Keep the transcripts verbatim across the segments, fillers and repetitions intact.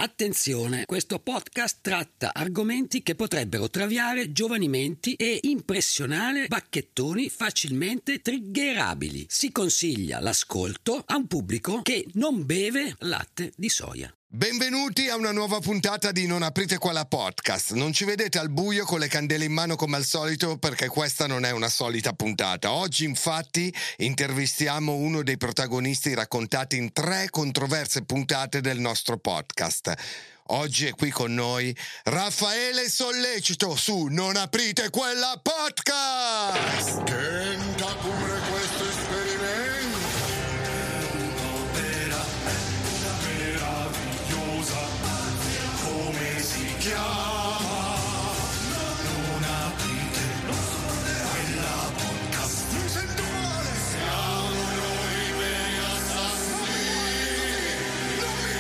Attenzione, questo podcast tratta argomenti che potrebbero traviare giovani menti e impressionare bacchettoni facilmente triggerabili. Si consiglia l'ascolto a un pubblico che non beve latte di soia. Benvenuti a una nuova puntata di Non aprite quella podcast. Non ci vedete al buio con le candele in mano come al solito, perché questa non è una solita puntata. Oggi infatti intervistiamo uno dei protagonisti raccontati in tre controverse puntate del nostro podcast. Oggi è qui con noi Raffaele Sollecito su Non aprite quella podcast. Tenta pure questo esperimento. Come si chiama? Non aprite quella podcast. Mi sento male. Siamo noi veri assassini. Non mi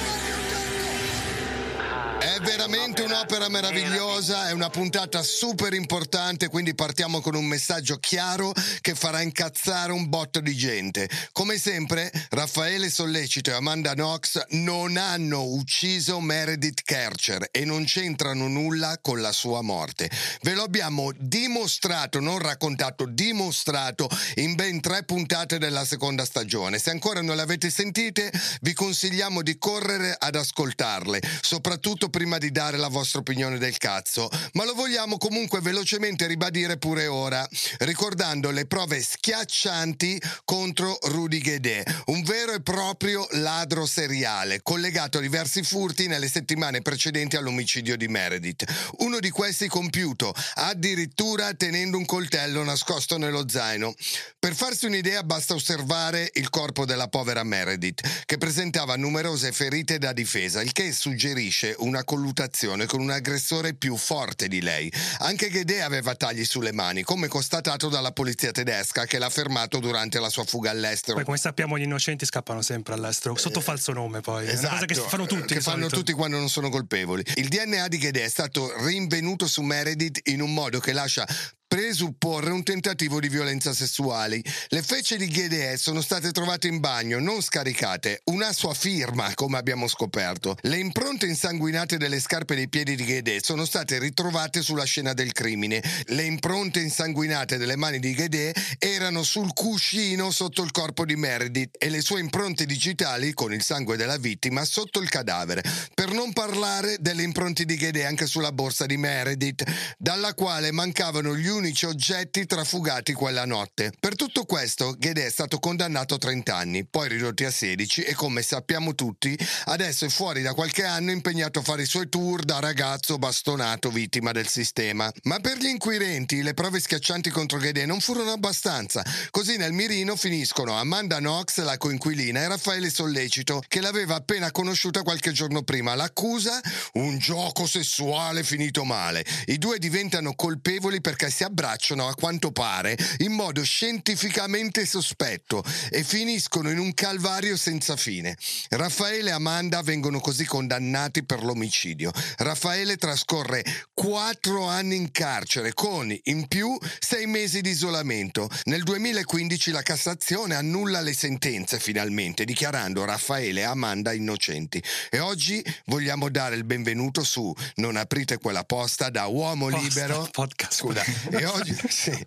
guardi È veramente un'opera meravigliosa, è una puntata super importante, quindi partiamo con un messaggio chiaro che farà incazzare un botto di gente. Come sempre, Raffaele Sollecito e Amanda Knox non hanno ucciso Meredith Kercher e non c'entrano nulla con la sua morte. Ve lo abbiamo dimostrato, non raccontato, dimostrato in ben tre puntate della seconda stagione. Se ancora non le avete sentite, vi consigliamo di correre ad ascoltarle, soprattutto prima di dare la vostra opinione del cazzo, ma lo vogliamo comunque velocemente ribadire pure ora, ricordando le prove schiaccianti contro Rudy Guedet, un vero e proprio ladro seriale, collegato a diversi furti nelle settimane precedenti all'omicidio di Meredith. Uno di questi compiuto addirittura tenendo un coltello nascosto nello zaino. Per farsi un'idea basta osservare il corpo della povera Meredith, che presentava numerose ferite da difesa, il che suggerisce una colluttazione con un aggressore più forte di lei. Anche Guedet aveva tagli sulle mani, come constatato dalla polizia tedesca che l'ha fermato durante la sua fuga all'estero. Poi, come sappiamo, gli innocenti scappano sempre all'estero sotto falso nome, poi Esatto, è una cosa che fanno tutti che fanno solito. tutti quando non sono colpevoli. Il D N A di Guedet è stato rinvenuto su Meredith in un modo che lascia presupporre un tentativo di violenza sessuali. Le feci di Guedet sono state trovate in bagno, non scaricate, una sua firma, come abbiamo scoperto. Le impronte insanguinate delle scarpe dei piedi di Guedet sono state ritrovate sulla scena del crimine. Le impronte insanguinate delle mani di Guedet erano sul cuscino sotto il corpo di Meredith e le sue impronte digitali con il sangue della vittima sotto il cadavere. Per non parlare delle impronte di Guedet anche sulla borsa di Meredith, dalla quale mancavano gli unici oggetti trafugati quella notte. Per tutto questo Guedet è stato condannato a trenta anni, poi ridotti a sedici e, come sappiamo tutti, adesso è fuori da qualche anno impegnato a fare i suoi tour da ragazzo bastonato vittima del sistema. Ma per gli inquirenti le prove schiaccianti contro Guedet non furono abbastanza. Così nel mirino finiscono Amanda Knox, la coinquilina, e Raffaele Sollecito, che l'aveva appena conosciuta qualche giorno prima. L'accusa? Un gioco sessuale finito male. I due diventano colpevoli perché si abbracciano, a quanto pare, in modo scientificamente sospetto e finiscono in un calvario senza fine. Raffaele e Amanda vengono così condannati per l'omicidio. Raffaele trascorre quattro anni in carcere con, in più, sei mesi di isolamento. Nel duemilaquindici la Cassazione annulla le sentenze finalmente, dichiarando Raffaele e Amanda innocenti. E oggi vogliamo dare il benvenuto su Non aprite quella posta da uomo Posta, libero. podcast. Scusa. E oggi sì.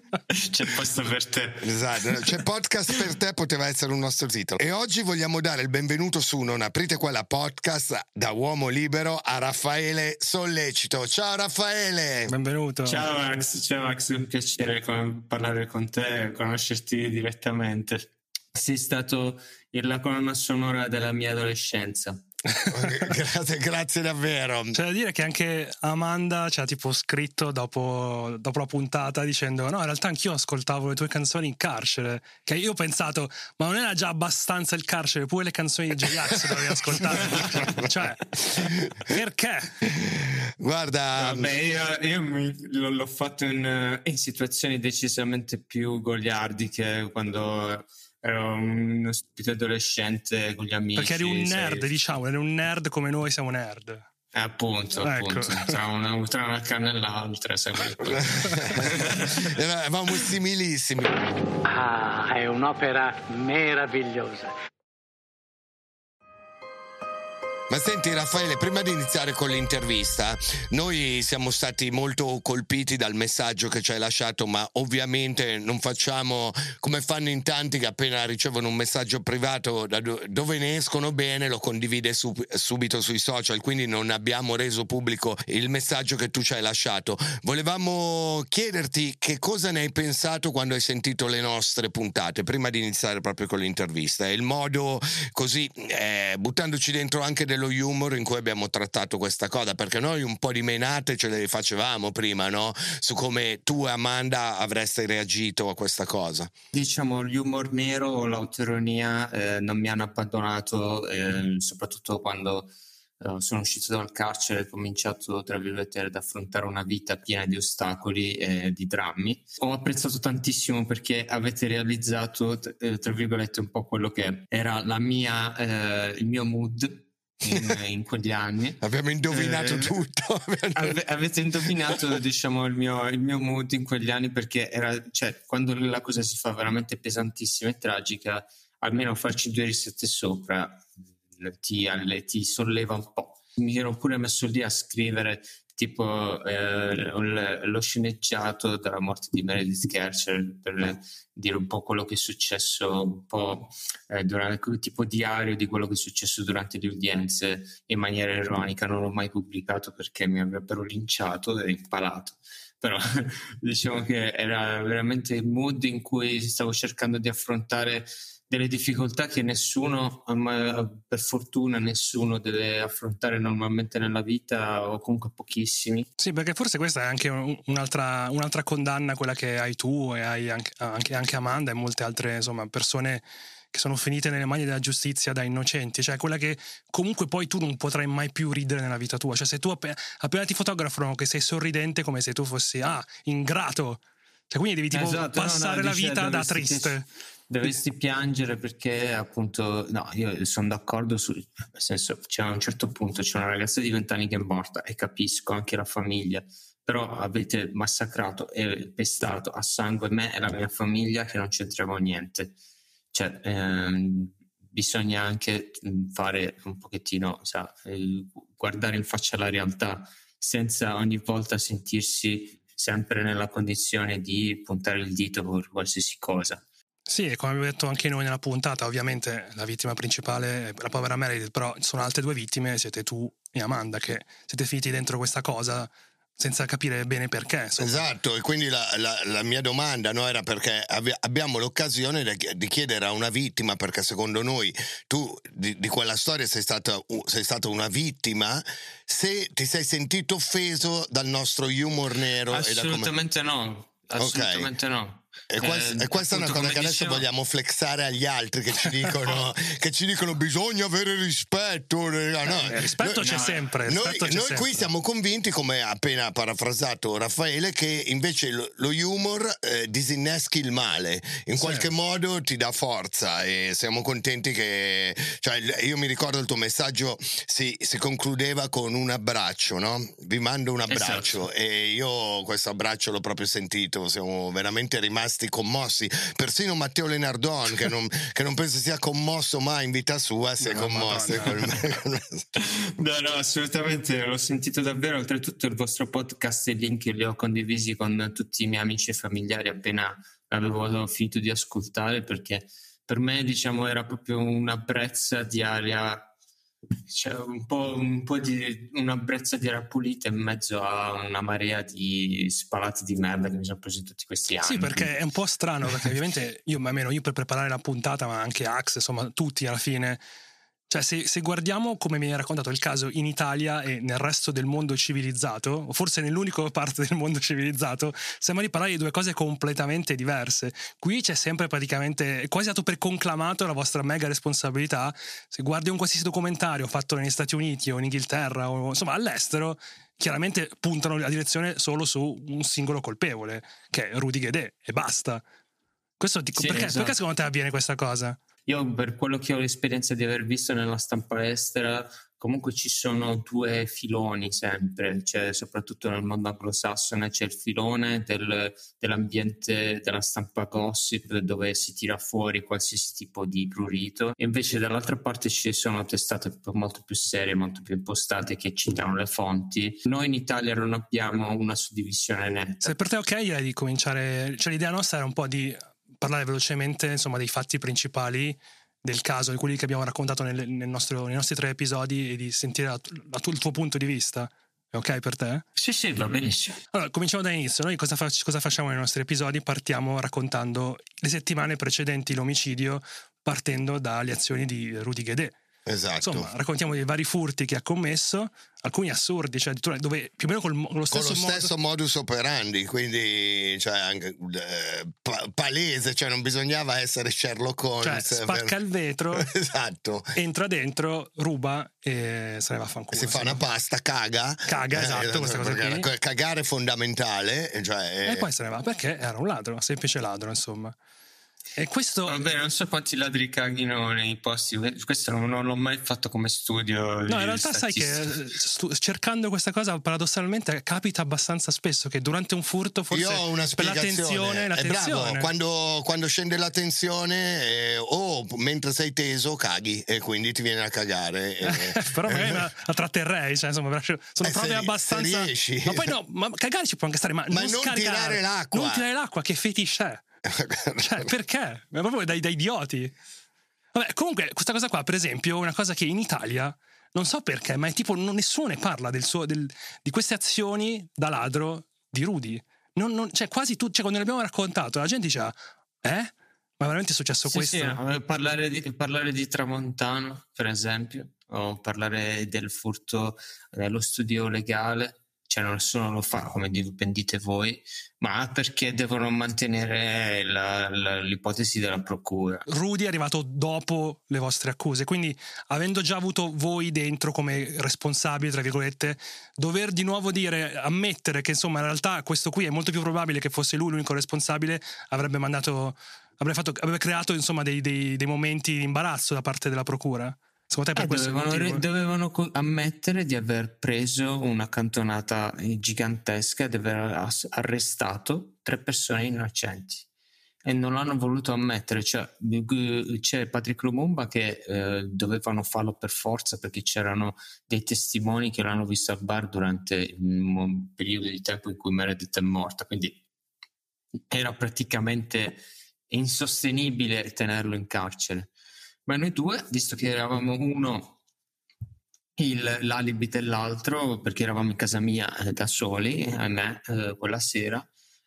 C'è posto per te. Esatto, c'è podcast per te, poteva essere un nostro titolo. E oggi vogliamo dare il benvenuto su Non aprite quella podcast da uomo libero a Raffaele Sollecito. Ciao Raffaele. Benvenuto. Ciao Max, ciao Max, è un piacere con- parlare con te, conoscerti direttamente. Sei stato la colonna sonora della mia adolescenza. grazie, grazie davvero. C'è da dire che anche Amanda ci ha tipo scritto dopo, dopo la puntata dicendo no, in realtà anch'io ascoltavo le tue canzoni in carcere, che io ho pensato ma non era già abbastanza il carcere, pure le canzoni di J-Ax dovevi ascoltare. Cioè, perché? Guarda, Vabbè, io, io mi- l'ho, l'ho fatto in, in situazioni decisamente più goliardiche, quando ero uno stupido adolescente con gli amici. Perché eri un nerd, sai. diciamo, eri un nerd come noi siamo nerd. Eh, appunto, Ecco. appunto, tra una, tra una canna e l'altra, sai quel po'. eravamo similissimi. Ah, è un'opera meravigliosa. Ma senti Raffaele, prima di iniziare con l'intervista, noi siamo stati molto colpiti dal messaggio che ci hai lasciato, ma ovviamente non facciamo come fanno in tanti che appena ricevono un messaggio privato da do- dove ne escono bene lo condivide su- subito sui social, quindi non abbiamo reso pubblico il messaggio che tu ci hai lasciato. Volevamo chiederti che cosa ne hai pensato quando hai sentito le nostre puntate, prima di iniziare proprio con l'intervista. È il modo così, eh, buttandoci dentro anche del lo humor in cui abbiamo trattato questa cosa, perché noi un po' di menate ce le facevamo prima, no? Su come tu e Amanda avreste reagito a questa cosa. Diciamo l'humor nero o l'autoironia eh, non mi hanno abbandonato, eh, soprattutto quando eh, sono uscito dal carcere e ho cominciato tra virgolette ad affrontare una vita piena di ostacoli e di drammi. Ho apprezzato tantissimo perché avete realizzato eh, tra virgolette un po' quello che era la mia, eh, il mio mood In, in quegli anni. Abbiamo indovinato eh, tutto. ave, avete indovinato diciamo il mio, il mio mood in quegli anni, perché era, cioè, quando la cosa si fa veramente pesantissima e tragica, almeno farci due risate sopra ti, ti solleva un po'. Mi ero pure messo lì a scrivere tipo eh, lo sceneggiato della morte di Meredith Kercher, per dire un po' quello che è successo, un po' eh, durante, tipo diario di quello che è successo durante le udienze, in maniera ironica. Non l'ho mai pubblicato perché mi avrebbero linciato e impalato, però diciamo che era veramente il mood in cui stavo cercando di affrontare delle difficoltà che nessuno, per fortuna nessuno deve affrontare normalmente nella vita, o comunque pochissimi. Sì, perché forse questa è anche un'altra, un'altra condanna, quella che hai tu e hai anche, anche, anche Amanda e molte altre insomma persone che sono finite nelle mani della giustizia da innocenti, cioè quella che comunque poi tu non potrai mai più ridere nella vita tua. Cioè se tu appena, appena ti fotografano che sei sorridente, come se tu fossi ah ingrato, cioè quindi devi tipo esatto, passare no, no, la vita da dovresti, triste. Dovresti piangere perché appunto no, io sono d'accordo su, nel senso, c'è a un certo punto c'è una ragazza di vent'anni che è morta e capisco anche la famiglia, però avete massacrato e pestato a sangue me e la mia famiglia che non c'entriamo niente. Cioè ehm, bisogna anche fare un pochettino, sa, eh, guardare in faccia la realtà senza ogni volta sentirsi sempre nella condizione di puntare il dito per qualsiasi cosa. Sì, e come abbiamo detto anche noi nella puntata, ovviamente la vittima principale è la povera Meredith, però sono altre due vittime, siete tu e Amanda, che siete finiti dentro questa cosa senza capire bene perché. Insomma. Esatto, e quindi la, la, la mia domanda no, era perché ave, abbiamo l'occasione de, di chiedere a una vittima, perché secondo noi tu di, di quella storia sei stata, sei stata una vittima, se ti sei sentito offeso dal nostro humor nero. Assolutamente e da come... no, assolutamente okay. no. E questa, eh, e questa è una cosa che adesso dicevo... vogliamo flexare agli altri che ci dicono che ci dicono bisogna avere rispetto. No, eh, rispetto noi, c'è no, sempre rispetto noi, c'è noi sempre. Qui siamo convinti, come ha appena parafrasato Raffaele, che invece lo, lo humor eh, disinneschi il male, in sì. qualche modo ti dà forza, e siamo contenti che, cioè, io mi ricordo il tuo messaggio si, si concludeva con un abbraccio, no? Vi mando un abbraccio, esatto. E io questo abbraccio l'ho proprio sentito, siamo veramente rimasti commossi. Persino Matteo Lenardon, che non, che non penso sia commosso mai in vita sua, si è no, commosso col me. No, no, assolutamente, l'ho sentito davvero. Oltretutto il vostro podcast e i link li ho condivisi con tutti i miei amici e familiari appena l'avevo finito di ascoltare, perché per me diciamo era proprio una brezza di aria, cioè un po', un po' di una brezza di aria pulita in mezzo a una marea di spalati di merda che mi sono presi tutti questi anni. Sì, perché è un po' strano, perché ovviamente io, almeno io per preparare la puntata, ma anche Ax, insomma tutti alla fine, cioè se, se guardiamo come mi hai raccontato il caso in Italia e nel resto del mondo civilizzato, o forse nell'unica parte del mondo civilizzato, sembra di parlare di due cose completamente diverse. Qui c'è sempre praticamente, è quasi dato per conclamato la vostra mega responsabilità. Se guardi un qualsiasi documentario fatto negli Stati Uniti o in Inghilterra o insomma all'estero, chiaramente puntano la direzione solo su un singolo colpevole, che è Rudy Guedet, e basta. Questo ti, sì, perché, esatto. Perché secondo te avviene questa cosa? Io, per quello che ho l'esperienza di aver visto nella stampa estera, comunque ci sono due filoni sempre, cioè soprattutto nel mondo anglosassone c'è il filone del, dell'ambiente della stampa gossip dove si tira fuori qualsiasi tipo di prurito, e invece dall'altra parte ci sono testate molto più serie, molto più impostate che citano le fonti. Noi in Italia non abbiamo una suddivisione netta. Se per te ok è di cominciare, cioè l'idea nostra era un po' di parlare velocemente insomma dei fatti principali del caso, di quelli che abbiamo raccontato nel, nel nostro, nei nostri tre episodi, e di sentire la, la, il tuo punto di vista. È ok per te? Sì, sì, va benissimo. Allora, cominciamo dall'inizio. Noi cosa, fa, cosa facciamo nei nostri episodi? Partiamo raccontando le settimane precedenti l'omicidio, partendo dalle azioni di Rudy Guedet. Esatto. Insomma, raccontiamo dei vari furti che ha commesso, alcuni assurdi, cioè addirittura dove più o meno col, con lo stesso, con lo modo... stesso modus operandi, quindi cioè, anche, eh, pa- palese, cioè non bisognava essere Sherlock Holmes. Cioè spacca per... il vetro, esatto, entra dentro, ruba e se ne va a fanculo. si fa una pasta, caga. Caga, esatto, questa cosa qui. Cagare è fondamentale. Cioè, e poi se ne va perché era un ladro, un semplice ladro, insomma. E questo... Vabbè, non so quanti ladri caghino nei posti, questo non, non l'ho mai fatto come studio. No, in realtà sai che stu- cercando questa cosa paradossalmente capita abbastanza spesso che durante un furto forse io ho una per la tensione, la è tensione. bravo, quando, quando scende la tensione eh, o mentre sei teso caghi e quindi ti viene a cagare. Eh. Però magari la, la tratterrei, cioè, insomma, sono eh, prove se, abbastanza... se riesci. Ma poi no, ma cagare ci può anche stare, ma, ma non, non scaricare, tirare l'acqua. Non tirare l'acqua, che fetish è? Cioè, perché? Ma proprio da, da idioti. Vabbè, comunque questa cosa qua, per esempio, è una cosa che in Italia non so perché, ma è tipo non, nessuno ne parla del suo, del, di queste azioni da ladro di Rudy. Non, non, cioè quasi tutti, cioè, quando ne abbiamo raccontato la gente diceva eh? Ma veramente è successo sì, questo? Sì, no, parlare, di, parlare di Tramontano, per esempio, o parlare del furto dello studio legale, cioè nessuno lo fa come dipendite voi, ma perché devono mantenere la, la, l'ipotesi della procura. Rudy è arrivato dopo le vostre accuse, quindi avendo già avuto voi dentro come responsabili, tra virgolette, dover di nuovo dire, ammettere che insomma in realtà questo qui è molto più probabile che fosse lui l'unico responsabile, avrebbe mandato, avrebbe, fatto, avrebbe creato insomma dei, dei, dei momenti di imbarazzo da parte della procura. Secondo te per eh, questo dovevano, motivo? dovevano ammettere di aver preso una cantonata gigantesca, di aver arrestato tre persone innocenti, e non l'hanno voluto ammettere. Cioè, c'è Patrick Lumumba che eh, dovevano farlo per forza perché c'erano dei testimoni che l'hanno visto al bar durante il periodo di tempo in cui Meredith è morta, quindi era praticamente insostenibile tenerlo in carcere. Ma noi due, visto che eravamo uno il, l'alibi dell'altro, perché eravamo in casa mia eh, da soli, a me eh, quella sera,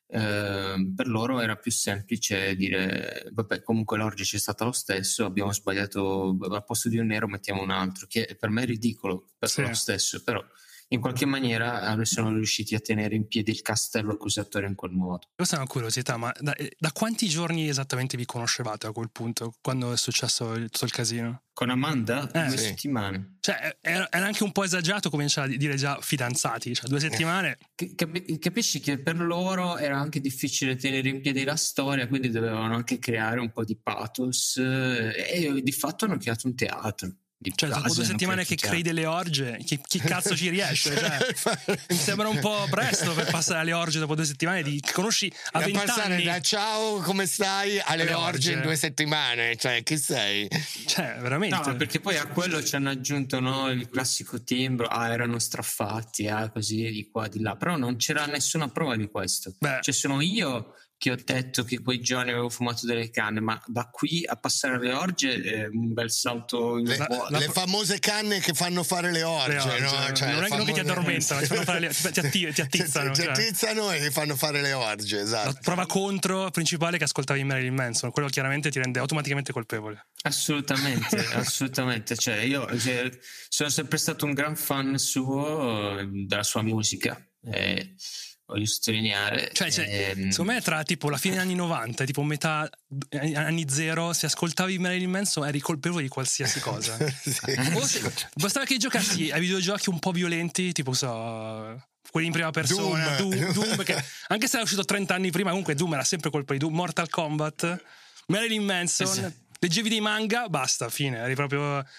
eh, per loro era più semplice dire vabbè, comunque l'orgia c'è stata lo stesso, abbiamo sbagliato, al posto di un nero mettiamo un altro, che per me è ridicolo per sì. Lo stesso, però in qualche maniera sono riusciti a tenere in piedi il castello accusatorio in quel modo. Questa è una curiosità, ma da, da quanti giorni esattamente vi conoscevate a quel punto, quando è successo il, tutto il casino? Con Amanda? Eh, due sì. settimane. Cioè era, era anche un po' esagerato cominciare a dire già fidanzati, cioè due settimane. Capi- capisci che per loro era anche difficile tenere in piedi la storia, quindi dovevano anche creare un po' di pathos, e di fatto hanno creato un teatro. Cioè dopo due settimane che crei delle orge, chi, chi cazzo ci riesce? Cioè, mi sembra un po' presto per passare alle orge dopo due settimane di conosci a da vent'anni. passare da ciao come stai alle, alle orge. orge in due settimane, cioè chi sei? Cioè veramente. No, perché poi a quello ci hanno aggiunto, no, il classico timbro, ah erano straffatti, ah così di qua di là, però non c'era nessuna prova di questo. Beh. Cioè sono io che ho detto che quei giorni avevo fumato delle canne, ma da qui a passare alle orge è un bel salto in le, vuoto. le famose canne che fanno fare le orge, le orge. No? Cioè, non è famose... che ti addormentano, ti, fanno fare le, ti, atti, ti attizzano, ti, ti cioè. attizzano e fanno fare le orge, esatto. La prova contro principale è che ascoltavi Marilyn Manson, quello chiaramente ti rende automaticamente colpevole. Assolutamente, assolutamente. Cioè, io cioè, sono sempre stato un gran fan suo, della sua musica. E voglio sottolineare, cioè, cioè ehm... secondo me tra tipo la fine degli anni novanta e tipo metà anni zero, se ascoltavi Marilyn Manson eri colpevole di qualsiasi cosa. Sì. O se, bastava che giocassi ai videogiochi un po' violenti, tipo so quelli in prima persona, Doom, Doom, Doom che anche se era uscito trenta anni prima, comunque Doom era sempre colpa di Doom, Mortal Kombat, Marilyn Manson, sì. Leggevi dei manga, basta, fine, eri proprio...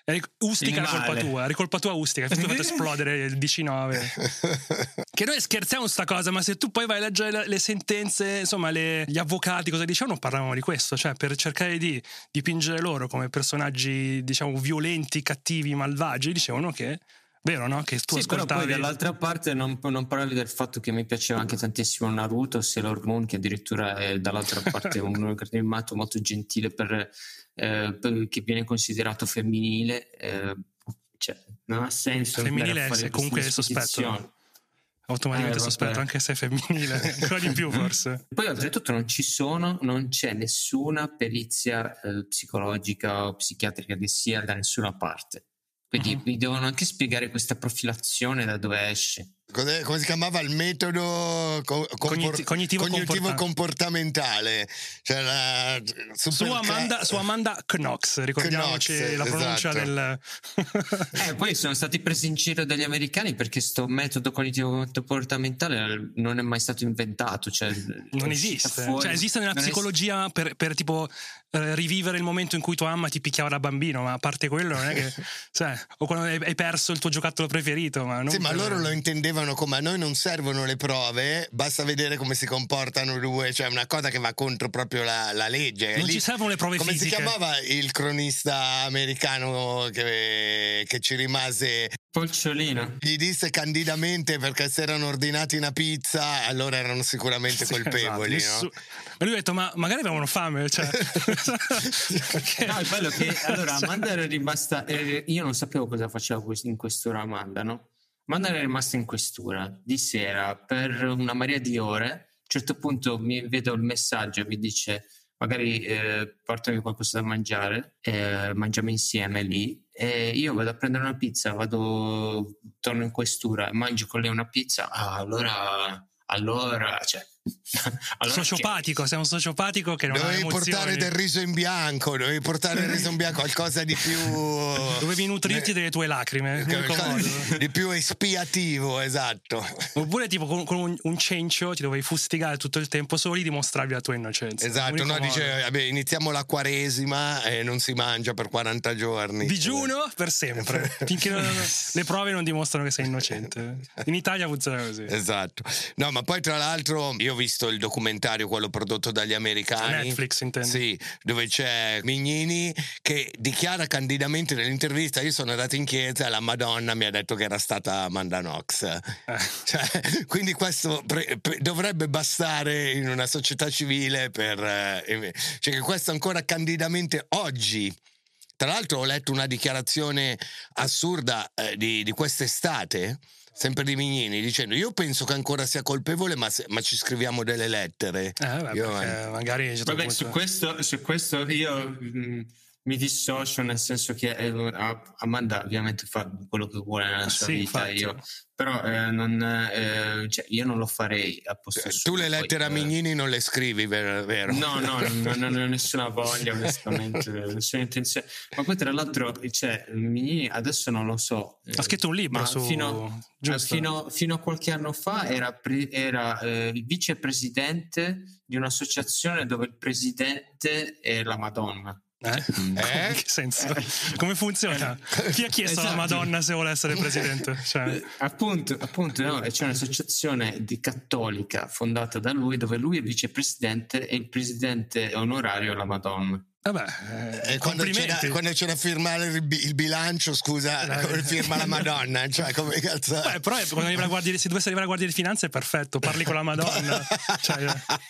È Ustica è Quindi colpa male. tua, è colpa tua Ustica, hai fatto esplodere il D C nove. Che noi scherziamo su sta cosa, ma se tu poi vai a leggere le, le sentenze, insomma, le, gli avvocati cosa dicevano, parlavano di questo, cioè per cercare di dipingere loro come personaggi, diciamo, violenti, cattivi, malvagi, dicevano che, vero, no? Che tu Sì, però ascoltavi. poi dall'altra parte non, non parlavi del fatto che mi piaceva anche tantissimo Naruto, Sailor Moon, che addirittura è dall'altra parte un cartone animato molto gentile per, eh, per chi viene considerato femminile, eh, cioè non ha senso Femminile andare a fare è comunque queste sospetto. disquisizioni. Automaticamente Eh, sospetto, vabbè. anche se è femminile, ancora di più forse. Poi oltretutto non ci sono, non c'è nessuna perizia eh, psicologica o psichiatrica che sia da nessuna parte. Quindi Mhm. mi devono anche spiegare questa profilazione da dove esce. Cos'è- come si chiamava il metodo co- compor- Cogniti- cognitivo cognitivo comporta- comportamentale? Cioè la, super Su Amanda, su Amanda Knox, ricordiamoci Knox, la pronuncia esatto. del... Eh, poi sono stati presi in giro dagli americani perché sto metodo cognitivo comportamentale non è mai stato inventato, cioè Non è uscita esiste, fuori- cioè esiste nella non es- psicologia per, per tipo eh, rivivere il momento in cui tua mamma ti picchiava da bambino, ma a parte quello non è che, cioè, o quando hai, hai perso il tuo giocattolo preferito, ma non Sì, ma per- loro lo intendevano come a noi non servono le prove, basta vedere come si comportano i due, cioè una cosa che va contro proprio la, la legge. non Lì- ci servono le prove come fisiche. si chiamava il cronista americano che, che ci rimase? Polciolino. Gli disse candidamente perché si erano ordinati una pizza, allora erano sicuramente Sì, colpevoli, esatto, no? nessu- Ma lui ha detto, ma magari avevano fame, cioè... Perché- No, è bello che allora Cioè, Amanda era rimasta. eh, io non sapevo cosa faceva quest- in questura Amanda, no? Amanda era rimasta in questura di sera per una marea di ore. A un certo punto mi vedo il messaggio, mi dice magari eh, portami qualcosa da mangiare, eh, mangiamo insieme lì. E io vado a prendere una pizza, vado, torno in questura, mangio con lei una pizza. Ah, allora, allora, cioè. allora sociopatico, sei un sociopatico che non ha Dovevi emozioni. portare del riso in bianco, dovevi portare il riso in bianco, qualcosa di più... Dovevi nutrirti delle tue lacrime, l'unico modo. di più espiativo, esatto. Oppure tipo con, con un, un cencio ti dovevi fustigare tutto il tempo solo lì dimostravi la tua innocenza. Esatto, L'unico no, modo. dice, vabbè, iniziamo la quaresima e non si mangia per quaranta giorni. Digiuno per sempre, finché non- le prove non dimostrano che sei innocente. In Italia funziona così. Esatto. No, ma poi tra l'altro io ho visto il documentario, quello prodotto dagli americani. Netflix, intendi? Sì, dove c'è Mignini che dichiara candidamente nell'intervista: io sono andato in chiesa e la Madonna mi ha detto che era stata Amanda Knox. Eh. Cioè, quindi questo pre- pre- dovrebbe bastare in una società civile per... eh, cioè che questo ancora candidamente oggi... Tra l'altro ho letto una dichiarazione assurda eh, di, di quest'estate, sempre di Mignini, dicendo: io penso che ancora sia colpevole, ma, se- ma ci scriviamo delle lettere. Eh, vabbè, Io- perché magari a un certo Vabbè, punto- su questo, su questo io mh, mi dissocio, nel senso che eh, Amanda ovviamente fa quello che vuole nella sua Sì, vita, infatti. io, però eh, non, eh, cioè, io non lo farei a posto tu suo, le poi, lettere a eh, Mignini non le scrivi, vero? vero? No, no, non, non ho nessuna voglia, onestamente, nessuna intenzione. Ma poi tra l'altro, cioè, Mignini adesso non lo so. eh, Ha scritto un libro ma su... fino, giusto? fino, fino a qualche anno fa era, pre- era eh, il vicepresidente di un'associazione dove il presidente è la Madonna. Eh? Eh? In che senso? Come funziona? Chi ha chiesto alla Esatto. Madonna se vuole essere presidente? Cioè, Eh, appunto, appunto no, c'è un'associazione di cattolica fondata da lui dove lui è vicepresidente e il presidente onorario è la Madonna. vabbè, eh, E quando c'è, da, complimenti. quando c'è da firmare il, bi- il bilancio, scusa, Eh. come firma la Madonna? Cioè, come cazzo? Beh, però quando arriva la guardia, se dovesse arrivare la Guardia di Finanza è perfetto, parli con la Madonna, cioè,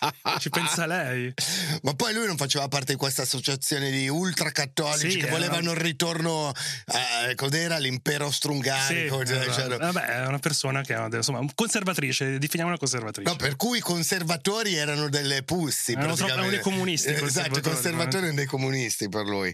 ci pensa lei. Ma poi lui non faceva parte di questa associazione di ultracattolici Sì, che eh, volevano il ritorno a cos'era l'impero Sì, austro-ungarico. cioè, esatto. cioè, Vabbè, è una persona che è insomma conservatrice, definiamo una conservatrice. no, per cui i conservatori erano delle pussi. Erano troppo- praticamente. erano dei comunisti, i Eh, Esatto, i conservatori, conservatori erano dei comunisti per lui.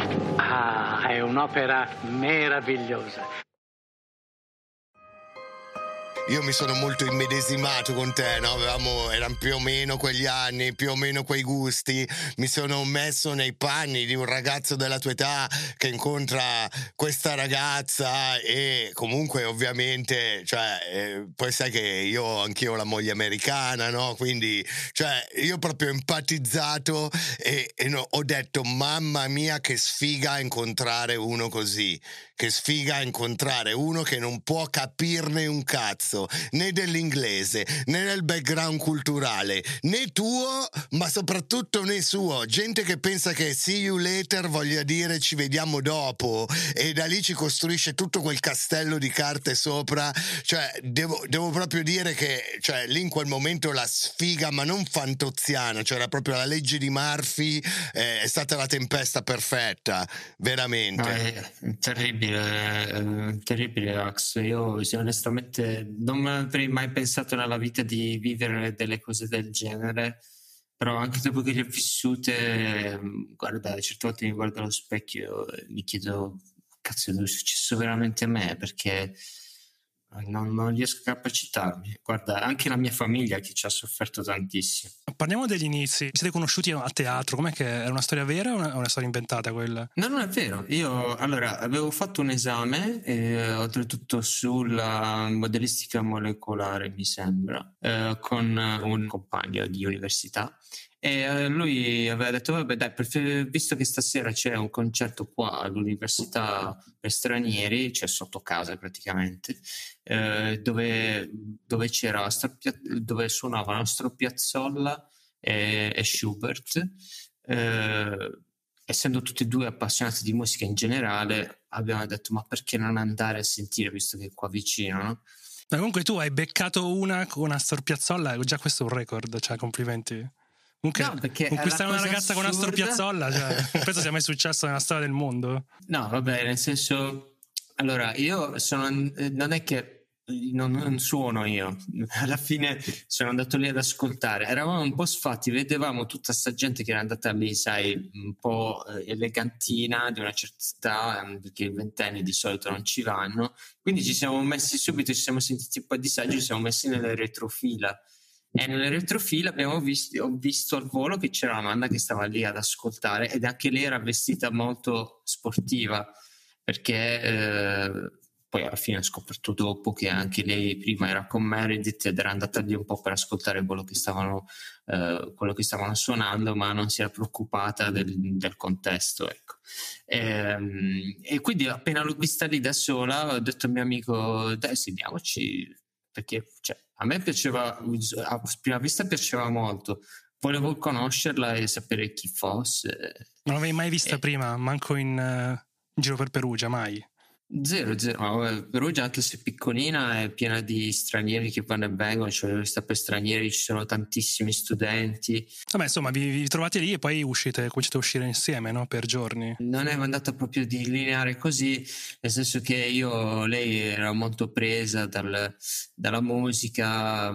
Ah, è un'opera meravigliosa. io mi sono molto immedesimato con te, no? Avevamo, erano più o meno quegli anni, più o meno quei gusti. Mi sono messo nei panni di un ragazzo della tua età che incontra questa ragazza e comunque ovviamente, cioè, eh, poi sai che io anch'io ho la moglie americana, no? Quindi, cioè, io proprio ho empatizzato e, e no, ho detto, mamma mia che sfiga incontrare uno così, che sfiga incontrare uno che non può capirne un cazzo, né dell'inglese, né del background culturale, né tuo, ma soprattutto né suo. Gente che pensa che see you later voglia dire ci vediamo dopo e da lì ci costruisce tutto quel castello di carte sopra. Cioè, devo, devo proprio dire che, cioè, lì in quel momento la sfiga, ma non fantoziana, cioè era proprio la legge di Murphy, eh, è stata la tempesta perfetta, veramente. No, è terribile, è terribile, Ax. Io sì, onestamente non avrei mai pensato nella vita di vivere delle cose del genere, però anche dopo che le ho vissute, guarda, certe volte mi guardo allo specchio e mi chiedo, cazzo, è successo veramente a me? Perché non, non riesco a capacitarmi. Guarda, anche la mia famiglia che ci ha sofferto tantissimo. Parliamo degli inizi. Vi siete conosciuti a teatro? Com'è che era una storia vera o una, una storia inventata quella? No, non è vero. Io allora avevo fatto un esame, eh, oltretutto sulla modellistica molecolare, mi sembra, eh, con un compagno di università. E eh, lui aveva detto, vabbè dai, prefer- visto che stasera c'è un concerto qua all'università per stranieri, cioè sotto casa praticamente, eh, dove, dove c'era sta pia- dove suonava Nostro Piazzolla e, e Schubert, eh, essendo tutti e due appassionati di musica in generale, abbiamo detto ma perché non andare a sentire, visto che è qua vicino, no? Ma comunque tu hai beccato una con Astor Piazzolla, già questo è un record, cioè complimenti. Comunque, No, perché conquistare la una cosa ragazza con Astor assurda- Piazzolla, cioè, non penso sia mai successo nella storia del mondo. No, vabbè, nel senso, allora io sono, non è che non, non suono io, alla fine sono andato lì ad ascoltare, eravamo un po' sfatti, vedevamo tutta sta gente che era andata lì, sai, un po' elegantina di una certa età, perché i ventenni di solito non ci vanno, quindi ci siamo messi subito, ci siamo sentiti un po' a disagio, ci siamo messi nelle retrofila. E nelle retrofile abbiamo visto, ho visto al volo che c'era Amanda che stava lì ad ascoltare ed anche lei era vestita molto sportiva, perché eh, poi alla fine ho scoperto dopo che anche lei prima era con Meredith ed era andata lì un po' per ascoltare quello che stavano, eh, quello che stavano suonando, ma non si era preoccupata del, del contesto, ecco. E, e quindi appena l'ho vista lì da sola ho detto al mio amico dai sediamoci, perché cioè, a me piaceva, a prima vista piaceva molto, volevo conoscerla e sapere chi fosse. Non l'avevi mai vista Eh. prima, manco in, uh, in giro per Perugia, mai? Zero, zero. Ma, vabbè, Perugia, anche se piccolina, è piena di stranieri che vanno e vengono, cioè l'università per stranieri, ci sono tantissimi studenti. Vabbè, insomma, vi, vi trovate lì e poi uscite, cominciate a uscire insieme, no? Per giorni. Non è andata proprio di lineare così, nel senso che io, lei era molto presa dal, dalla musica,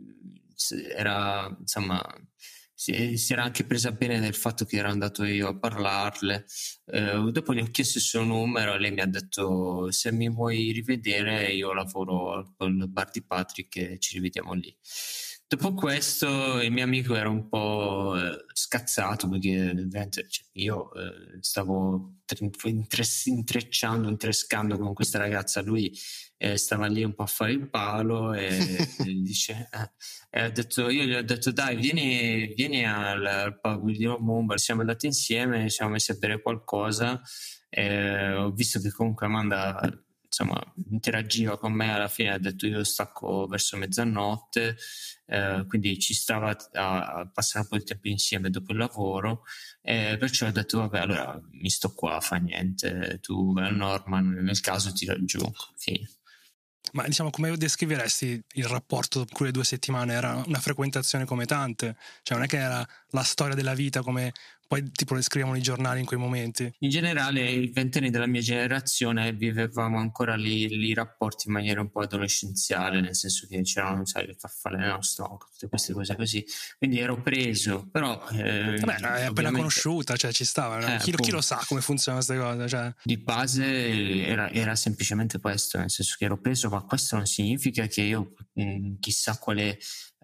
era, insomma, si, si era anche presa bene del fatto che ero andato io a parlarle. Eh, dopo gli ho chiesto il suo numero e lei mi ha detto se mi vuoi rivedere io lavoro al bar di Patrick e ci rivediamo lì. Dopo questo il mio amico era un po' eh, scazzato perché cioè, io eh, stavo intres- intrecciando, intrescando con questa ragazza, lui eh, stava lì un po' a fare il palo e, e dice eh, e ha detto, io gli ho detto dai vieni, vieni al, al pub di Mumba, siamo andati insieme, siamo messi a bere qualcosa e ho visto che comunque Amanda insomma interagiva con me, alla fine ha detto io stacco verso mezzanotte, eh, quindi ci stava a, a passare un po' di tempo insieme dopo il lavoro, eh, perciò ho detto vabbè allora mi sto qua, fa niente, tu al Norman nel caso ti raggiungo, fine. Ma diciamo, come descriveresti il rapporto dopo quelle due settimane? Era una frequentazione come tante? Cioè non è che era la storia della vita come poi tipo le scrivono i giornali in quei momenti. In generale i ventenni della mia generazione vivevamo ancora lì, lì i rapporti in maniera un po' adolescenziale, nel senso che c'erano, sai, le farfalle nello stomaco, tutte queste cose così, quindi ero preso, però eh, Vabbè, è appena ovviamente- conosciuta, cioè ci stava, no? Eh, chi, lo- chi lo appunto. sa come funzionano queste cose, cioè. Di base era, era semplicemente questo, nel senso che ero preso, ma questo non significa che io mh, chissà quale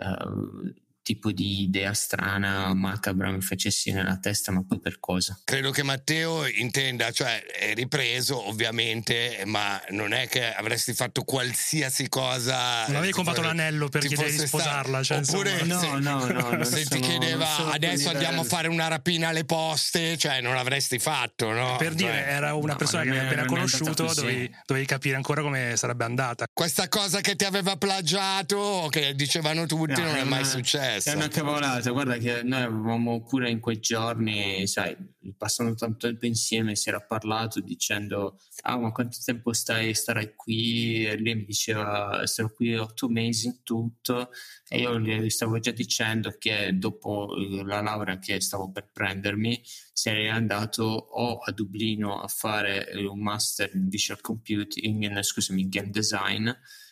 eh, tipo di idea strana, macabra mi facessi nella testa, ma poi per cosa? Credo che Matteo intenda, cioè è ripreso ovviamente, ma non è che avresti fatto qualsiasi cosa. Non avevi ti comprato fosse- l'anello per ti chiedere di fosse sposarla, cioè, oppure insomma. se, No, no, no, non se ti sono- chiedeva non sono adesso quel andiamo a livello. fare una rapina alle poste, cioè non l'avresti fatto, no? Per dire, Cioè, era una no, persona che non è- avevi appena non è andata conosciuto, così. dovevi, dovevi capire ancora come sarebbe andata. questa cosa che ti aveva plagiato o che dicevano tutti No, non è mai una- successo. È una cavolata, guarda che noi avevamo pure in quei giorni, sai, passando tanto tempo insieme, si era parlato dicendo ah ma quanto tempo stai, starai qui? E lui mi diceva starò qui otto mesi in tutto, e io gli stavo già dicendo che dopo la laurea che stavo per prendermi sarei andato o a Dublino a fare un master in visual computing, in, scusami, in game design,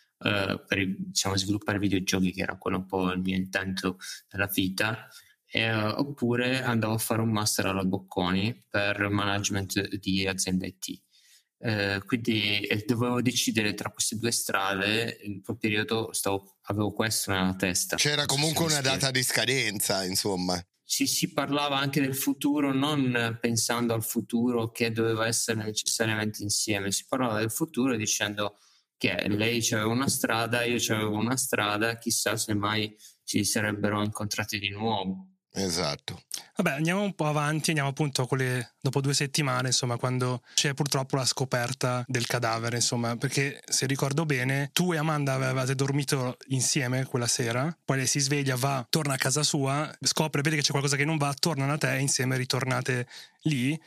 Uh, per diciamo, sviluppare videogiochi, che era quello un po' il mio intento nella vita, e, uh, oppure andavo a fare un master alla Bocconi per management di azienda I T. Uh, quindi eh, dovevo decidere tra queste due strade. In quel periodo stavo, avevo questo nella testa. C'era Non so comunque se mi una spiego. data di scadenza, insomma. Ci si parlava anche del futuro, non pensando al futuro che doveva essere necessariamente insieme, si parlava del futuro dicendo che lei c'aveva una strada, io c'avevo una strada, chissà se mai ci sarebbero incontrati di nuovo. Esatto. Vabbè, andiamo un po' avanti, andiamo appunto a quelle dopo due settimane, insomma, quando c'è purtroppo la scoperta del cadavere, insomma, perché se ricordo bene, tu e Amanda avevate dormito insieme quella sera, poi lei si sveglia, va, torna a casa sua, scopre, vede che c'è qualcosa che non va, torna da te e insieme ritornate lì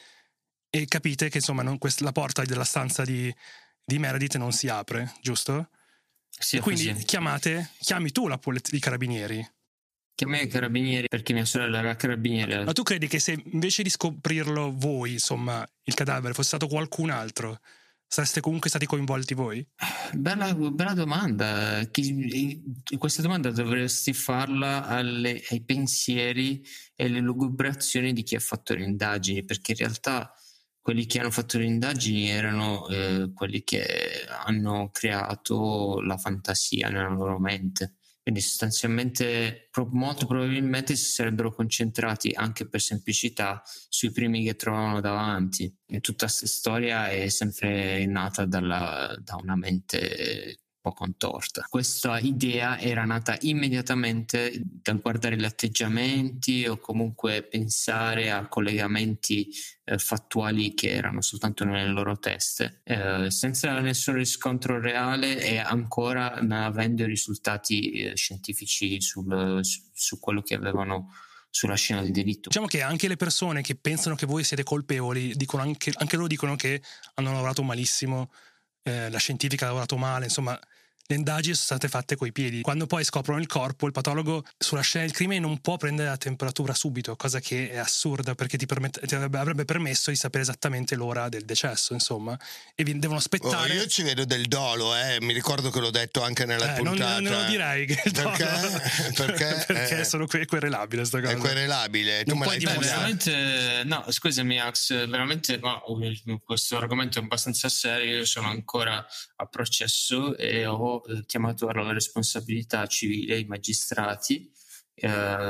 e capite che insomma non, quest- la porta della stanza di, di Meredith non si apre, giusto? Sì, E quindi così. chiamate, chiami tu la pol- i carabinieri. Chiamai i carabinieri perché mia sorella era carabiniere. Ma tu credi che se invece di scoprirlo voi, insomma, il cadavere fosse stato qualcun altro, sareste comunque stati coinvolti voi? Bella, bella domanda. Chi- questa domanda dovresti farla alle- ai pensieri e alle lugubrazioni di chi ha fatto le indagini, perché in realtà quelli che hanno fatto le indagini erano eh, quelli che hanno creato la fantasia nella loro mente. Quindi sostanzialmente pro- molto probabilmente si sarebbero concentrati, anche per semplicità, sui primi che trovavano davanti. E tutta questa storia è sempre nata dalla, da una mente un po' contorta. Questa idea era nata immediatamente dal guardare gli atteggiamenti o comunque pensare a collegamenti eh, fattuali che erano soltanto nelle loro teste, eh, senza nessun riscontro reale e ancora non avendo i risultati eh, scientifici sul, su, su quello che avevano sulla scena del delitto. Diciamo che anche le persone che pensano che voi siete colpevoli, dicono anche, anche loro dicono che hanno lavorato malissimo, eh, la scientifica ha lavorato male, insomma le indagini sono state fatte coi piedi. Quando poi scoprono il corpo, il patologo sulla scena del crimine non può prendere la temperatura subito, cosa che è assurda perché ti, permette, ti avrebbe, avrebbe permesso di sapere esattamente l'ora del decesso, insomma, e vi devono Oh, aspettare. io ci vedo del dolo, eh. Mi ricordo che l'ho detto anche nella Eh, non, puntata. non lo direi che il Perché? dolo- Perché? perché Eh, sono que- querelabile sta cosa. È querelabile. Tu Non me puoi l'hai Beh, dimostrare. pagato. veramente, no, scusami Ax, veramente no, questo argomento è abbastanza serio. Io sono ancora a processo e ho eh, chiamato alla responsabilità civile i magistrati, eh,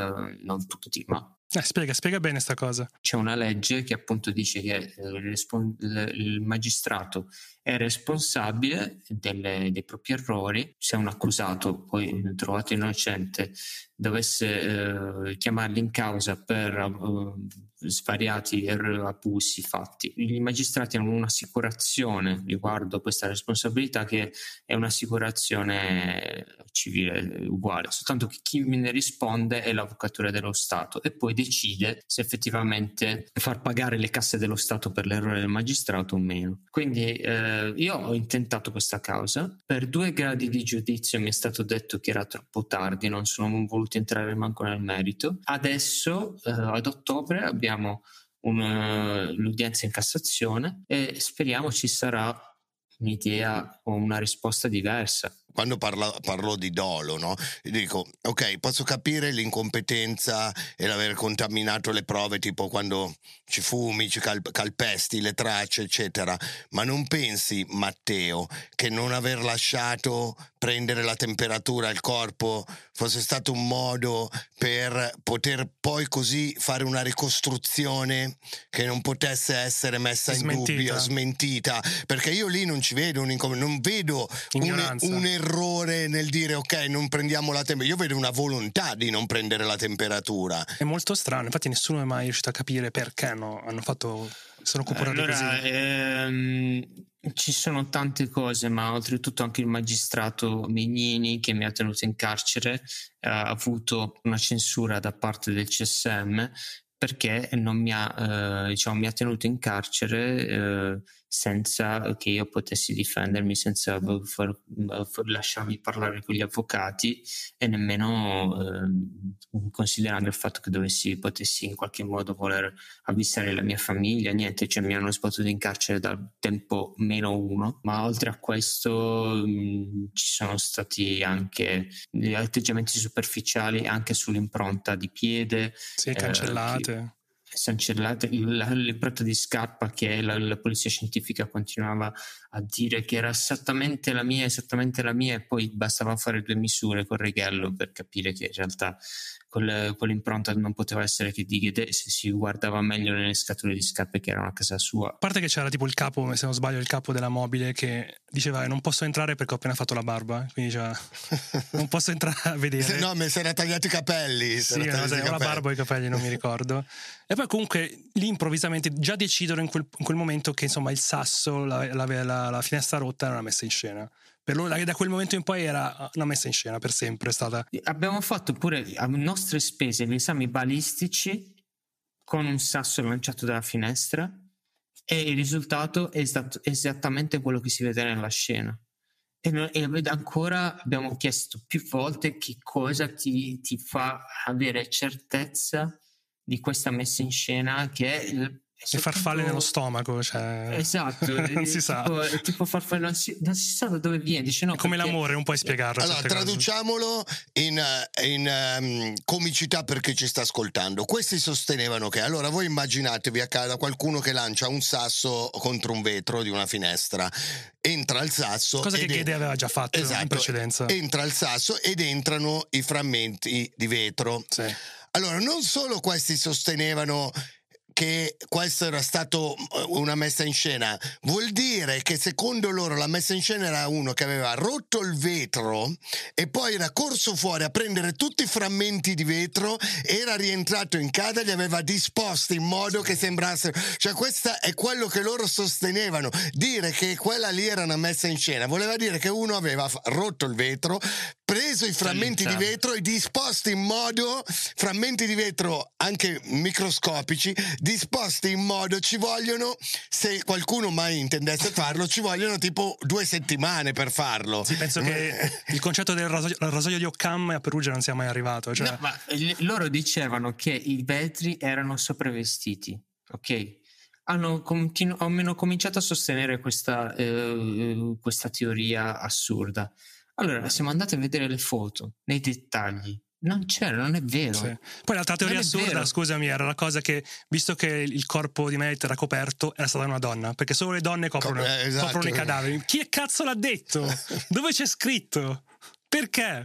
non tutti, ma Eh, spiega, spiega bene sta cosa. c'è una legge che appunto dice che eh, il, respon- il- il magistrato è responsabile delle- dei propri errori. Se un accusato poi trovato innocente dovesse eh, chiamarli in causa per eh, svariati er- abusi fatti, i magistrati hanno un'assicurazione riguardo a questa responsabilità, che è un'assicurazione civile uguale, soltanto che chi me ne risponde è l'avvocatura dello Stato e poi decide se effettivamente far pagare le casse dello Stato per l'errore del magistrato o meno. Quindi eh, eh, io ho intentato questa causa. Per due gradi di giudizio mi è stato detto che era troppo tardi, non sono voluti entrare manco nel merito. Adesso, eh, ad ottobre, abbiamo una, l'udienza in Cassazione e speriamo ci sarà un'idea o una risposta diversa. Quando parla, parlo di dolo, no? Dico, ok, posso capire l'incompetenza e l'aver contaminato le prove, tipo quando ci fumi, ci cal- calpesti le tracce, eccetera, ma non pensi, Matteo, che non aver lasciato prendere la temperatura al corpo fosse stato un modo per poter poi così fare una ricostruzione che non potesse essere messa in Smentita. dubbio, smentita? Perché io lì non ci vedo un incom- non vedo un, Ignoranza. un errore nel dire ok, non prendiamo la temperatura. Io vedo una volontà di non prendere la temperatura. È molto strano, infatti nessuno è mai riuscito a capire perché no, hanno fatto, sono comportati Allora, così. ehm, ci sono tante cose, ma oltretutto anche il magistrato Mignini, che mi ha tenuto in carcere, ha avuto una censura da parte del C S M perché non mi ha, eh, diciamo, mi ha tenuto in carcere eh, senza che io potessi difendermi, senza far, far lasciarmi parlare con gli avvocati e nemmeno eh, considerando il fatto che dovessi potessi in qualche modo voler avvisare la mia famiglia. Niente, cioè mi hanno sbattuto in carcere dal tempo meno uno. Ma oltre a questo mh, ci sono stati anche gli atteggiamenti superficiali anche sull'impronta di piede, Sì, eh, cancellate. cancellate, la- l'impronta di scarpa che la, la polizia scientifica continuava a dire che era esattamente la mia, esattamente la mia, e poi bastava fare due misure con righello per capire che in realtà quel- quell'impronta non poteva essere che di Ghede, se si guardava meglio nelle scatole di scarpe che erano a casa sua. A parte che c'era tipo il capo, se non sbaglio, il capo della mobile che diceva non posso entrare perché ho appena fatto la barba, quindi diceva non posso entrare a vedere. Se no, mi si era tagliati i capelli. si Sì, era no, tagliati sai, i o la capelli. barba o i capelli, non mi ricordo. E poi comunque lì improvvisamente già decidono in quel, in quel momento che insomma il sasso, la, la, la, la finestra rotta era una messa in scena. Per loro da quel momento in poi era una messa in scena, per sempre è stata. Abbiamo fatto pure a nostre spese gli esami balistici con un sasso lanciato dalla finestra e il risultato è stato esattamente quello che si vede nella scena. E, no- e ancora abbiamo chiesto più volte che cosa ti, ti fa avere certezza di questa messa in scena, che è il- è Le farfalle soltanto- nello stomaco, cioè Esatto, non si sa. tipo, è tipo farfalle, non si, non si sa da dove viene. Dice, no, È come perché- l'amore, non puoi spiegarlo. Allora, certe cose. traduciamolo in, eh, in ehm, comicità per chi ci sta ascoltando. Questi sostenevano che, allora voi immaginatevi a casa qualcuno che lancia un sasso contro un vetro di una finestra, entra il sasso, Cosa che ed en- Ghede aveva già fatto Esatto, in precedenza. entra il sasso ed entrano i frammenti di vetro. Sì. Allora, non solo questi sostenevano che questo era stato una messa in scena, vuol dire che secondo loro la messa in scena era uno che aveva rotto il vetro e poi era corso fuori a prendere tutti i frammenti di vetro, era rientrato in casa e li aveva disposti in modo che sembrassero, cioè questo è quello che loro sostenevano. Dire che quella lì era una messa in scena voleva dire che uno aveva f- rotto il vetro, preso i frammenti di vetro e disposti in modo, frammenti di vetro anche microscopici, disposti in modo, ci vogliono, se qualcuno mai intendesse farlo, ci vogliono tipo due settimane per farlo. Sì, penso che il concetto del rasoio, il rasoio di Occam a Perugia non sia mai arrivato. Cioè, No, ma l- loro dicevano che i vetri erano sopravvestiti, ok? Hanno, continu- hanno cominciato a sostenere questa, eh, questa teoria assurda. Allora siamo andati a vedere le foto nei dettagli. Non c'era, non è vero. sì. Poi l'altra teoria Non è assurda, vero. scusami, era la cosa che, visto che il corpo di Matt era coperto, era stata una donna, perché solo le donne coprono, Eh, esatto. coprono i cadaveri. Chi cazzo l'ha detto? Dove c'è scritto? Perché?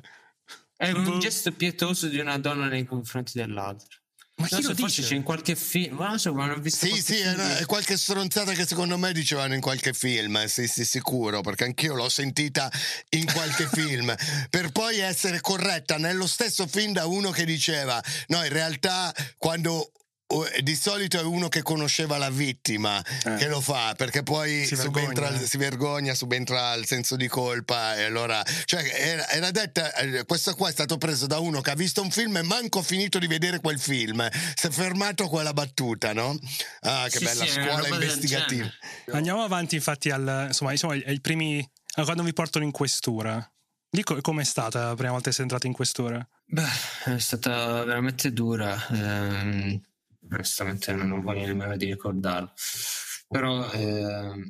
È un Boh. gesto pietoso di una donna nei confronti dell'altra. Ma Non chi so, lo forse dice? c'è in qualche film, ma non so, ma hanno visto Sì, qualche sì, è, film una- di- è qualche stronzata che secondo me dicevano in qualche film, sì, sì, sicuro, perché anch'io l'ho sentita in qualche film, per poi essere corretta nello stesso film da uno che diceva, no, in realtà quando di solito è uno che conosceva la vittima eh. che lo fa, perché poi si subentra, vergogna, si vergogna, subentra il senso di colpa, e allora, cioè, era, era detta, questo qua è stato preso da uno che ha visto un film e manco finito di vedere quel film, si è fermato a quella battuta, no? Ah, che Sì, bella sì, scuola investigativa. Andiamo avanti, infatti, al insomma, insomma ai primi, quando vi portano in questura. Lì co- com'è stata la prima volta che sei entrato in questura? Beh, è stata veramente dura. Ehm, onestamente non voglio nemmeno di ricordarlo. Però ehm,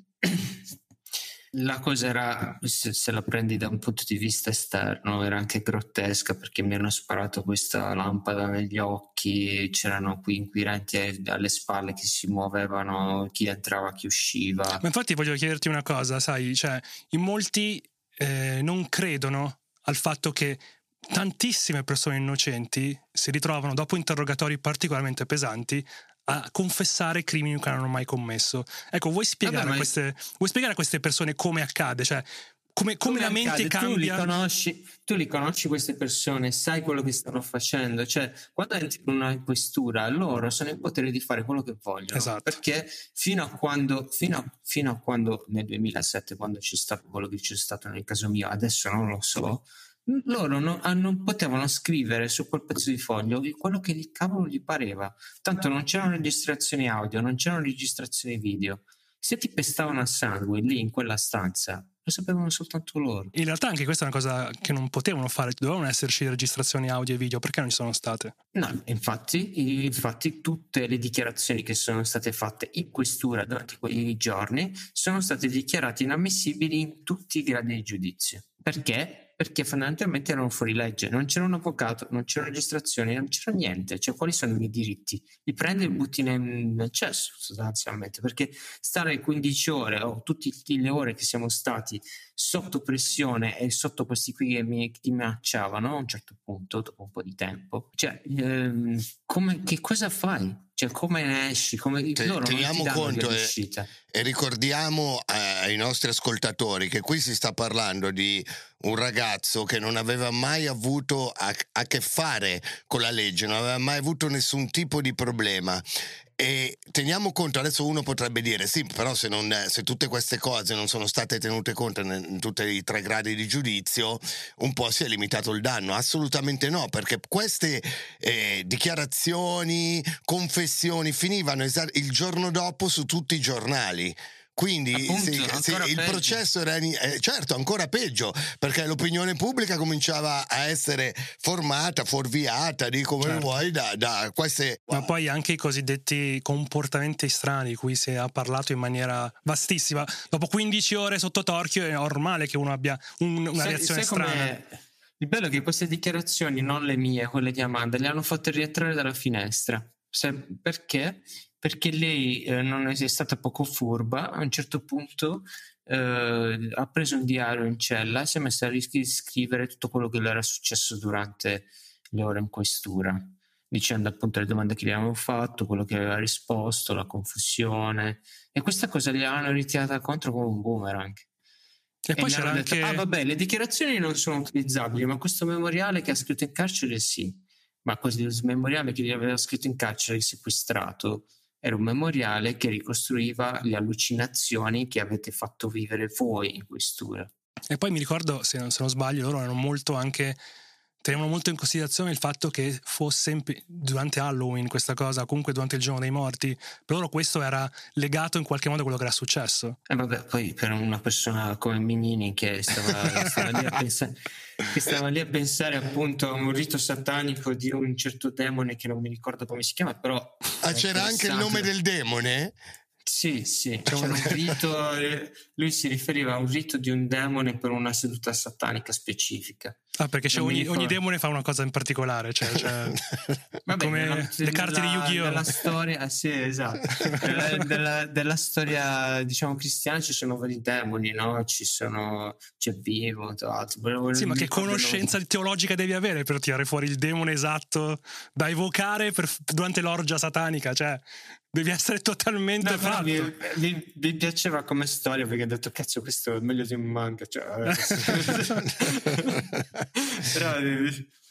la cosa era, se, se la prendi da un punto di vista esterno, era anche grottesca, perché mi hanno sparato questa lampada negli occhi, c'erano qui inquirenti alle spalle che si muovevano, chi entrava, chi usciva. Ma infatti voglio chiederti una cosa, sai, cioè in molti eh, non credono al fatto che tantissime persone innocenti si ritrovano dopo interrogatori particolarmente pesanti a confessare crimini che non hanno mai commesso. Ecco, vuoi spiegare, Vabbè, a, queste, vuoi spiegare a queste persone come accade? Cioè, come, come, come la mente accade? cambia? Tu li, conosci, tu li conosci queste persone, sai quello che stanno facendo. Cioè, quando entri in una questura, loro sono in potere di fare quello che vogliono. Esatto. Perché fino a quando, fino a, fino a quando nel duemilasette, quando c'è stato quello che c'è stato nel caso mio, adesso non lo so, loro non, non potevano scrivere su quel pezzo di foglio quello che il cavolo gli pareva, tanto non c'erano registrazioni audio, non c'erano registrazioni video. Se ti pestavano a sangue lì in quella stanza, lo sapevano soltanto loro. In realtà anche questa è una cosa che non potevano fare, dovevano esserci registrazioni audio e video, perché non ci sono state? No, infatti, infatti tutte le dichiarazioni che sono state fatte in questura durante quei giorni sono state dichiarate inammissibili in tutti i gradi di giudizio. Perché? Perché fondamentalmente erano fuori legge, non c'era un avvocato, non c'era registrazione, non c'era niente. Cioè, quali sono i miei diritti? Li prendi e butti nel, nel cesso sostanzialmente, perché stare quindici ore o tutte le ore che siamo stati sotto pressione e sotto questi qui che mi, che ti minacciavano a un certo punto, dopo un po' di tempo, cioè ehm, come, che cosa fai? Cioè, come ne esci? Come, Te, loro teniamo non ti conto e, e ricordiamo ai nostri ascoltatori che qui si sta parlando di un ragazzo che non aveva mai avuto a, a che fare con la legge, non aveva mai avuto nessun tipo di problema. E teniamo conto, adesso uno potrebbe dire sì, però se, non, se tutte queste cose non sono state tenute conto in, in tutti i tre gradi di giudizio, un po' si è limitato il danno. Assolutamente no, perché queste eh, dichiarazioni, confessioni finivano esa- il giorno dopo su tutti i giornali. Quindi Appunto, sì, sì, il processo era eh, certo ancora peggio, perché l'opinione pubblica cominciava a essere formata, fuorviata, di come certo. vuoi, da, da queste. Ma poi anche i cosiddetti comportamenti strani, di cui si è parlato in maniera vastissima. Dopo quindici ore sotto torchio è normale che uno abbia un, una sai, reazione sai strana. Il bello è che queste dichiarazioni, non le mie, quelle di Amanda, le hanno fatte rientrare dalla finestra. Se, perché? Perché lei eh, non è stata poco furba, a un certo punto eh, ha preso un diario in cella e si è messa a riscrivere tutto quello che le era successo durante le ore in questura, dicendo appunto le domande che gli avevano fatto, quello che aveva risposto, la confusione, e questa cosa gli hanno ritirata contro come un boomerang. E, e poi c'era detto, anche... ah vabbè, le dichiarazioni non sono utilizzabili, ma questo memoriale che ha scritto in carcere sì. Ma così il memoriale che gli aveva scritto in carcere sequestrato era un memoriale che ricostruiva le allucinazioni che avete fatto vivere voi in questura. E poi mi ricordo, se non, se non sbaglio, loro erano molto anche tenevano molto in considerazione il fatto che fosse in, durante Halloween questa cosa, comunque durante il giorno dei morti, per loro questo era legato in qualche modo a quello che era successo. E eh vabbè, poi per una persona come Minini che stava, stava, lì a pensare, che stava lì a pensare appunto a un rito satanico di un certo demone che non mi ricordo come si chiama, però... Ah, c'era anche il nome del demone? Sì, sì, c'era un rito, lui si riferiva a un rito di un demone per una seduta satanica specifica. Ah, perché c'è ogni, ogni demone fa una cosa in particolare, cioè, cioè Vabbè, come nella, le carte nella, di Yu-Gi-Oh! Della storia, sì, esatto. della, della, della storia, diciamo, cristiana ci sono vari demoni, no? Ci sono, c'è vivo, altro. Sì, ma che conoscenza non... teologica devi avere per tirare fuori il demone esatto da evocare per, durante l'orgia satanica, cioè devi essere totalmente no, fatto. Mi, mi, mi piaceva come storia perché ho detto cazzo, questo è meglio di un manga, cioè, però,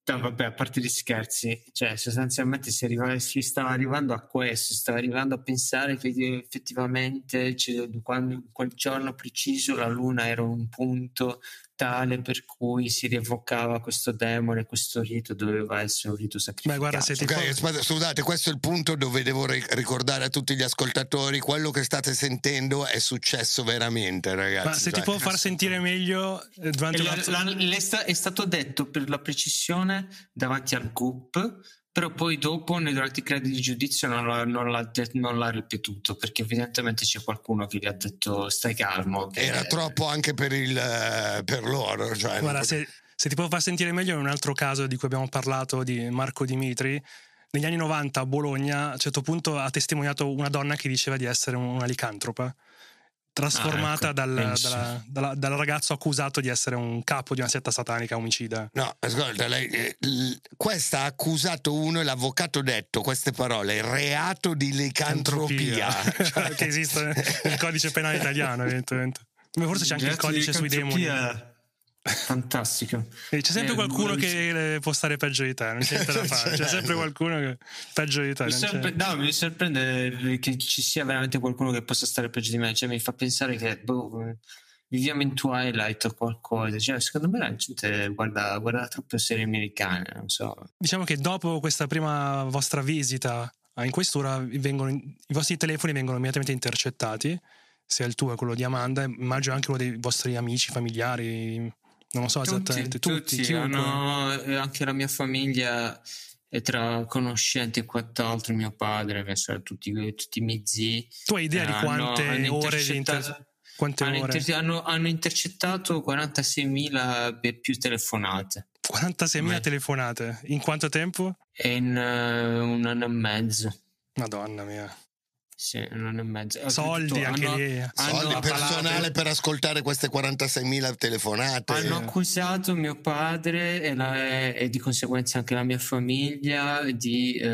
no, vabbè, a parte gli scherzi, cioè sostanzialmente si, arriva, si stava arrivando a questo, si stava arrivando a pensare che effettivamente cioè, quando, quel giorno preciso la luna era un punto tale per cui si rievocava questo demone, questo rito doveva essere un rito sacrificato. Beh, guarda, se ti Ok, fa- aspetta, scusate, questo è il punto dove devo ri- ricordare a tutti gli ascoltatori: quello che state sentendo è successo veramente, ragazzi. ma se Cioè, ti può far sentire meglio eh, durante E una... la- la- le sta- è stato detto per la precisione davanti al G U P, però poi dopo nei durante i crediti di giudizio non l'ha, non l'ha de- non l'ha ripetuto, perché evidentemente c'è qualcuno che gli ha detto stai calmo che era troppo anche per, il, eh, per loro. Cioè, Guarda, non- se, se ti può far sentire meglio, in un altro caso di cui abbiamo parlato, di Marco Dimitri, negli anni novanta a Bologna a un certo punto ha testimoniato una donna che diceva di essere una licantropa, trasformata Ah, ecco, dal, penso. dalla- dalla- dal ragazzo accusato di essere un capo di una setta satanica omicida. No, ascolta, lei, eh, l- questa ha accusato uno e l'avvocato ha detto queste parole: reato di licantropia. Cioè, che esiste nel codice penale italiano, evidentemente. Ma forse c'è anche il Reato di codice sui demoni. licantropia, fantastico. E c'è sempre Eh, qualcuno mi- che eh, può stare peggio di te, non c'è niente da fare. C'è sempre qualcuno che peggio di te. Mi, non c'è- sorpre- no, mi sorprende che ci sia veramente qualcuno che possa stare peggio di me, cioè mi fa pensare che boh, eh, viviamo in Twilight o qualcosa, cioè secondo me la gente guarda, guarda troppe serie americane, non so. Diciamo che dopo questa prima vostra visita in questura vengono, i vostri telefoni vengono immediatamente intercettati, sia il tuo che quello di Amanda, immagino anche uno dei vostri amici, familiari, non lo so esattamente, tutti, tutti chiunque. hanno, eh, anche la mia famiglia è tra conoscenti e quant'altro, mio padre, penso, tutti, tutti i miei zii. Tu hai idea di eh, quante hanno- hanno ore di intercettato- inter- quante hanno, ore? inter- hanno- hanno intercettato quarantaseimila be- più telefonate quarantaseimila Ma- telefonate, in quanto tempo? e in eh, un anno e mezzo. Madonna mia. Sì, un anno e mezzo. Soldi Oltretutto anche hanno- lì. hanno soldi, appalato- personale per ascoltare queste quarantaseimila telefonate. Hanno accusato mio padre e, la- e di conseguenza anche la mia famiglia di eh,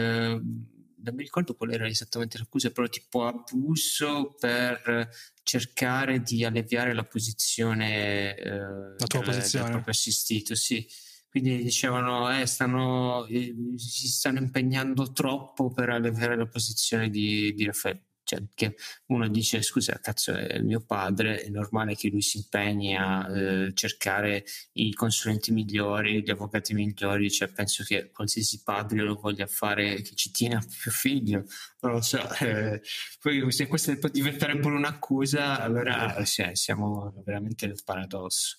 non mi ricordo qual era esattamente l'accusa, però tipo abuso per cercare di alleviare la posizione eh, La tua del, posizione. del proprio assistito, sì. Quindi dicevano eh, stanno, eh, si stanno impegnando troppo per alleviare la posizione di, di Raffaele. Cioè, che uno dice scusa, cazzo, è mio padre, è normale che lui si impegni a eh, cercare i consulenti migliori, gli avvocati migliori, cioè penso che qualsiasi padre lo voglia fare, che ci tiene a più figlio, non lo so. Eh, poi se questa può diventare pure un'accusa, allora cioè, siamo veramente nel paradosso.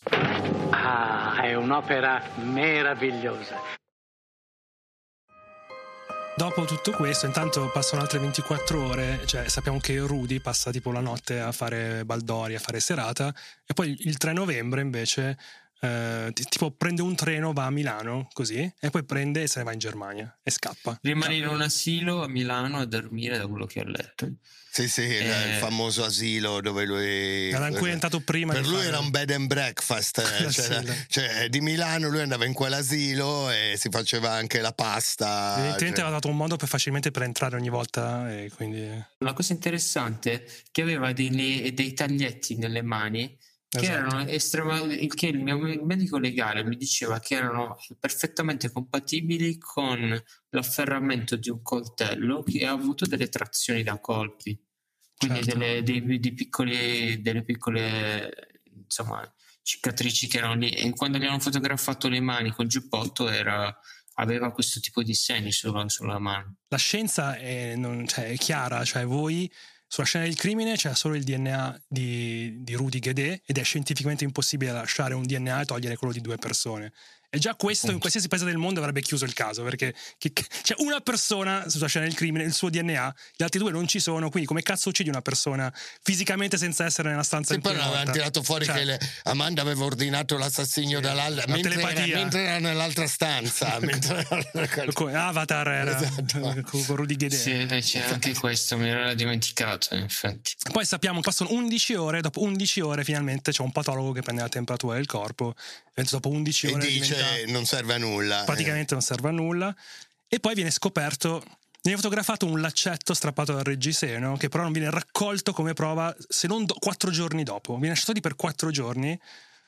Ah, è un'opera meravigliosa. Dopo tutto questo, intanto passano altre ventiquattro ore, cioè sappiamo che Rudy passa tipo la notte a fare baldori, a fare serata, e poi il tre novembre invece eh, t- tipo prende un treno, va a Milano, così, e poi prende e se ne va in Germania e scappa. Rimane in un asilo a Milano a dormire, da quello che ho letto. Sì, sì, il- Eh. il famoso asilo dove lui... Era in cui è entrato prima Per di lui fare- era un bed and breakfast, eh, Sì, cioè, no. cioè, di Milano lui andava in quell'asilo e si faceva anche la pasta. Evidentemente cioè. aveva dato un modo per facilmente per entrare ogni volta e quindi... La cosa interessante è che aveva dei, dei taglietti nelle mani che Esatto. erano estremamente, che il mio medico legale mi diceva che erano perfettamente compatibili con l'afferramento di un coltello che ha avuto delle trazioni da colpi, quindi Certo. delle, dei, dei piccoli, delle piccole insomma cicatrici che erano lì, e quando gli hanno fotografato le mani col giubbotto era, aveva questo tipo di segni sulla, sulla mano. La scienza è, non- cioè, è chiara, cioè voi sulla scena del crimine c'è solo il D N A di, di Rudy Guedet ed è scientificamente impossibile lasciare un D N A e togliere quello di due persone. E già questo in qualsiasi paese del mondo avrebbe chiuso il caso, perché che- che- c'è una persona sulla scena del crimine, il suo D N A, gli altri due non ci sono, quindi come cazzo uccidi una persona fisicamente senza essere nella stanza Sì, in cui poi è avevano morta? tirato fuori Cioè, che le- Amanda aveva ordinato l'assassinio dall'altra, la mentre era, telepatia. mentre era nell'altra stanza. mentre era- come Avatar era Esatto. con con Rudy Guedet. Sì, eh, c'è anche questo, me l'era dimenticato in effetti. Poi sappiamo che passano undici ore, dopo undici ore finalmente c'è un patologo che prende la temperatura del corpo, e dopo undici E ore dice diventa- non serve a nulla. praticamente non serve a nulla, e poi viene scoperto, viene fotografato un laccetto strappato dal reggiseno che però non viene raccolto come prova se non do- quattro giorni dopo, viene lasciato lì per quattro giorni.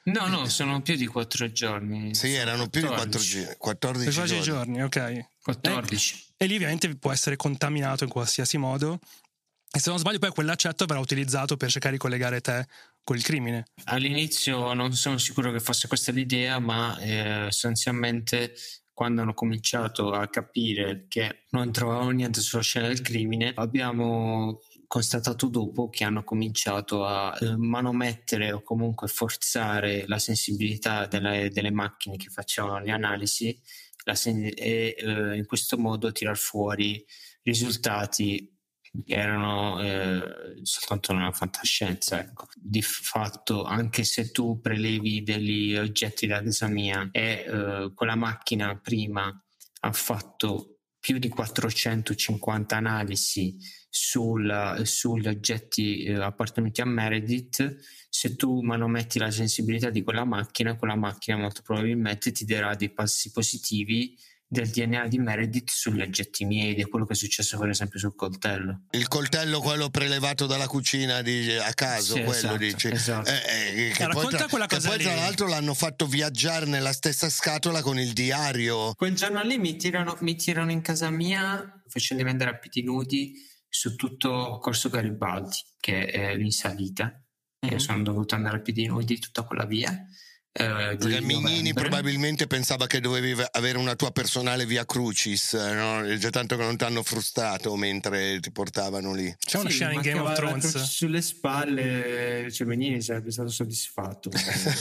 No, no, sono più di quattro giorni. Sì, erano più di quattro quattordici. quattordici quattordici giorni. giorni, ok. quattordici. E lì ovviamente può essere contaminato in qualsiasi modo. E se non sbaglio poi quell'accetto verrà utilizzato per cercare di collegare te col crimine. All'inizio non sono sicuro che fosse questa l'idea, ma eh, essenzialmente quando hanno cominciato a capire che non trovavano niente sulla scena del crimine, abbiamo constatato dopo che hanno cominciato a eh, manomettere o comunque forzare la sensibilità delle, delle macchine che facevano le analisi la sen- e eh, in questo modo tirar fuori risultati che erano eh, soltanto una fantascienza, ecco. Di fatto, anche se tu prelevi degli oggetti da casa mia e eh, quella macchina prima ha fatto più di quattrocentocinquanta analisi sul, sugli oggetti eh, appartenuti a Meredith, se tu manometti la sensibilità di quella macchina, quella macchina molto probabilmente ti darà dei passi positivi del D N A di Meredith sugli oggetti miei, ed è quello che è successo per esempio sul coltello. Il coltello, quello prelevato dalla cucina di, a caso, Sì, quello esatto, dici. esatto. Eh, eh, che Eh, poi, racconta tra, quella che cosa poi tra lì. l'altro l'hanno fatto viaggiare nella stessa scatola con il diario. Quel giorno lì mi tirano, mi tirano in casa mia facendemi andare a piedi nudi su tutto Corso Garibaldi, che è in salita. Mhm. E sono dovuto andare a piedi nudi tutta quella via. eh, di Perché Mignini novembre. probabilmente pensava che dovevi avere una tua personale via Crucis, no? Già tanto che non ti hanno frustrato mentre ti portavano lì. C'è una Sì, scena in Game of mancava la Thrones. croce sulle spalle, cioè Benini sarebbe stato soddisfatto.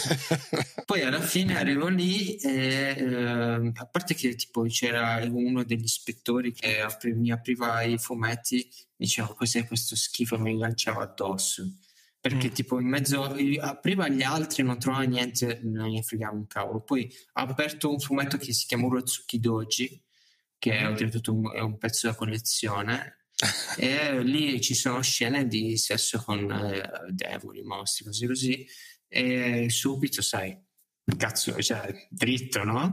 Poi alla fine arrivo lì e eh, a parte che tipo c'era uno degli ispettori che apri- mi apriva i fumetti, diceva cos'è questo schifo, mi lanciava addosso. Perché Mm. tipo in mezzo apriva gli altri, non trovava niente, non gli fregava un cavolo. Poi ha aperto un fumetto che si chiama Urozuki Doji, che è oltretutto un, è un pezzo da collezione, e lì ci sono scene di sesso con eh, demoni, mostri, così così, e subito sai, cazzo, cioè dritto, no?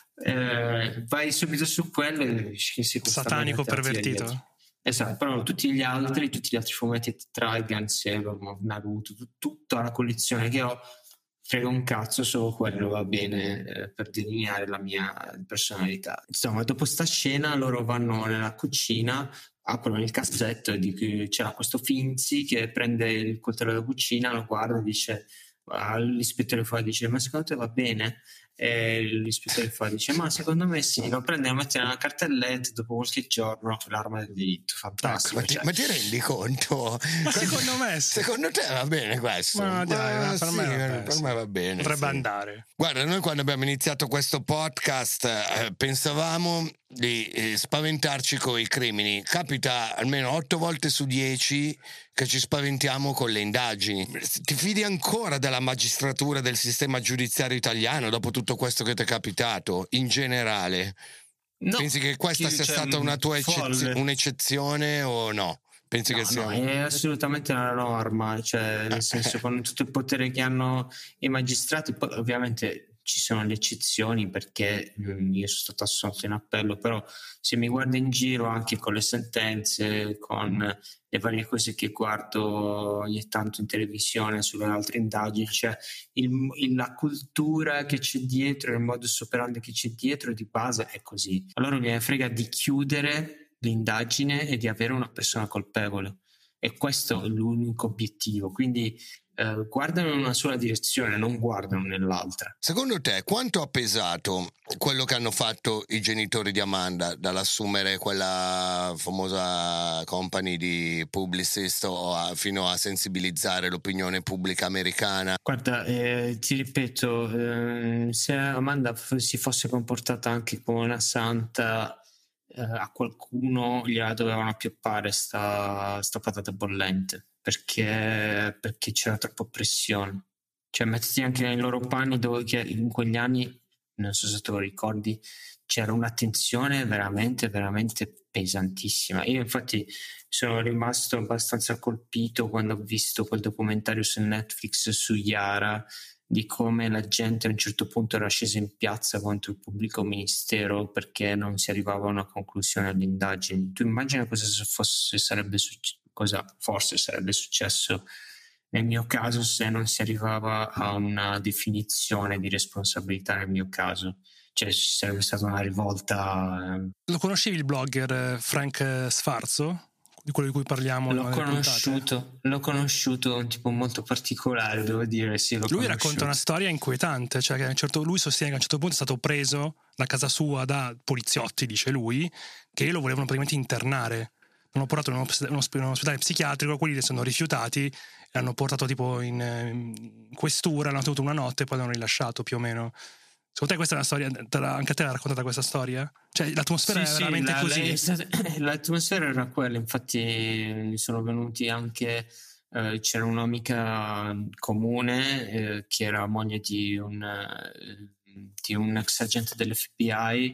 Eh, vai subito su quello e dici, sì, questa Satanico merda tira pervertito. dietro. Esatto, però tutti gli altri, tutti gli altri fumetti, Trigun, Sailor Moon, Naruto, tut- tutta la collezione che ho, frega un cazzo, solo quello va bene eh, per delineare la mia personalità. Insomma, dopo sta scena loro vanno nella cucina, aprono il cassetto e di cui c'era questo Finzi che prende il coltello da cucina, lo guarda e dice, l'ispettore fa, dice, ma secondo te va bene? E l'ispettore fa, dice, ma secondo me sì, lo prende e lo mette nella cartelletta, dopo qualche giorno l'arma del diritto, fantastico. Ma ti, cioè. ma ti rendi conto? Ma secondo me sì. Secondo te va bene questo? Ma dai, ma per sì, me va bene, per sì. me va bene. Potrebbe sì. andare. Guarda, noi quando abbiamo iniziato questo podcast eh, pensavamo di eh, spaventarci con i crimini. Capita almeno otto volte su dieci che ci spaventiamo con le indagini. Ti fidi ancora della magistratura, del sistema giudiziario italiano dopo tutto questo che ti è capitato, in generale? No, Pensi che questa chi- sia cioè, stata una tua eccezio- folle. un'eccezione o no? Pensi No, che sia no, un- è assolutamente una norma, cioè nel senso con tutto il potere che hanno i magistrati, poi ovviamente ci sono le eccezioni perché mh, io sono stato assolto in appello, però se mi guardo in giro anche con le sentenze, con le varie cose che guardo ogni tanto in televisione sulle altre indagini, cioè il, il- la cultura che c'è dietro, il modus operandi che c'è dietro di base è così. Allora mi frega di chiudere l'indagine e di avere una persona colpevole, e questo è l'unico obiettivo, quindi eh, guardano in una sola direzione, non guardano nell'altra. Secondo te quanto ha pesato quello che hanno fatto i genitori di Amanda dall'assumere quella famosa company di Publicist o a- fino a sensibilizzare l'opinione pubblica americana? Guarda, eh, ti ripeto, ehm, se Amanda f- si fosse comportata anche come una santa, eh, a qualcuno gliela dovevano appioppare sta, sta patata bollente, perché, perché c'era troppa pressione. Cioè, mettiti anche nei loro panni, dove che in quegli anni, non so se te lo ricordi, c'era un'attenzione veramente, veramente pesantissima. Io infatti sono rimasto abbastanza colpito quando ho visto quel documentario su Netflix su Yara, di come la gente a un certo punto era scesa in piazza contro il pubblico ministero perché non si arrivava a una conclusione alle indagini. Tu immagina cosa fosse, sarebbe successo, cosa forse sarebbe successo nel mio caso, se non si arrivava a una definizione di responsabilità nel mio caso. Cioè ci sarebbe stata una rivolta. Lo conoscevi il blogger Frank Sfarzo? Di quello di cui parliamo? L'ho conosciuto, l'ho conosciuto, un tipo molto particolare, devo dire. Sì, l'ho lui conosciuto. Racconta una storia inquietante, cioè che a un certo, lui sostiene che a un certo punto è stato preso da casa sua da poliziotti, dice lui, che lo volevano praticamente internare. L'hanno portato in un ospedale psichiatrico, quelli li sono rifiutati, l'hanno portato tipo in, in questura, l'hanno tenuto una notte e poi l'hanno rilasciato più o meno. Secondo te questa è una storia, anche a te l'ha raccontata questa storia? Cioè l'atmosfera sì, è veramente sì, così? La, stata, l'atmosfera era quella, infatti mi sono venuti anche, eh, c'era un'amica comune eh, che era moglie di un, eh, di un ex agente dell'F B I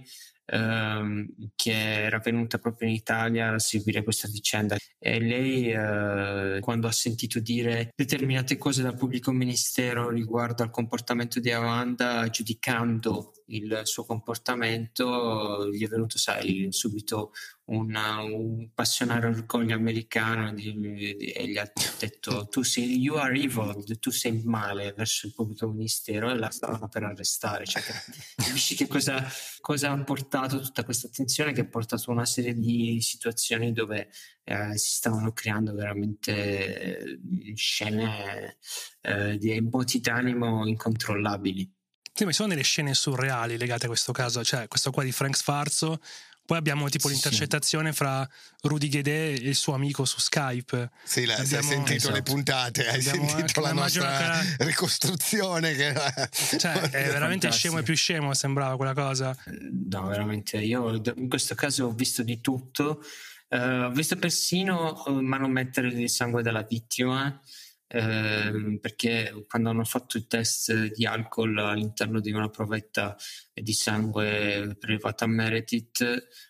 eh, che era venuta proprio in Italia a seguire questa vicenda, e lei eh, quando ha sentito dire determinate cose dal pubblico ministero riguardo al comportamento di Amanda, giudicando il suo comportamento, gli è venuto, sai, subito una, un passionale orgoglio americano di, di, e gli ha detto tu sei, you are evil, tu sei male verso il pubblico ministero, e la stavano per arrestare. Cioè, capisci che cosa, cosa ha portato tutta questa attenzione, che ha portato una serie di situazioni dove eh, si stavano creando veramente eh, scene eh, di moti d'animo incontrollabili. Sì, ma ci sono delle scene surreali legate a questo caso, cioè questo qua di Frank Sfarzo, poi abbiamo tipo sì, l'intercettazione sì. fra Rudy Guedè e il suo amico su Skype. Sì, la, abbiamo, hai sentito esatto. le puntate, hai abbiamo, sentito la nostra che... ricostruzione che era... Cioè è veramente fantastico. Scemo e più scemo sembrava quella cosa. No, veramente, io in questo caso ho visto di tutto, uh, ho visto persino uh, manomettere il sangue della vittima. Eh, perché quando hanno fatto il test di alcol all'interno di una provetta di sangue privata a Meredith,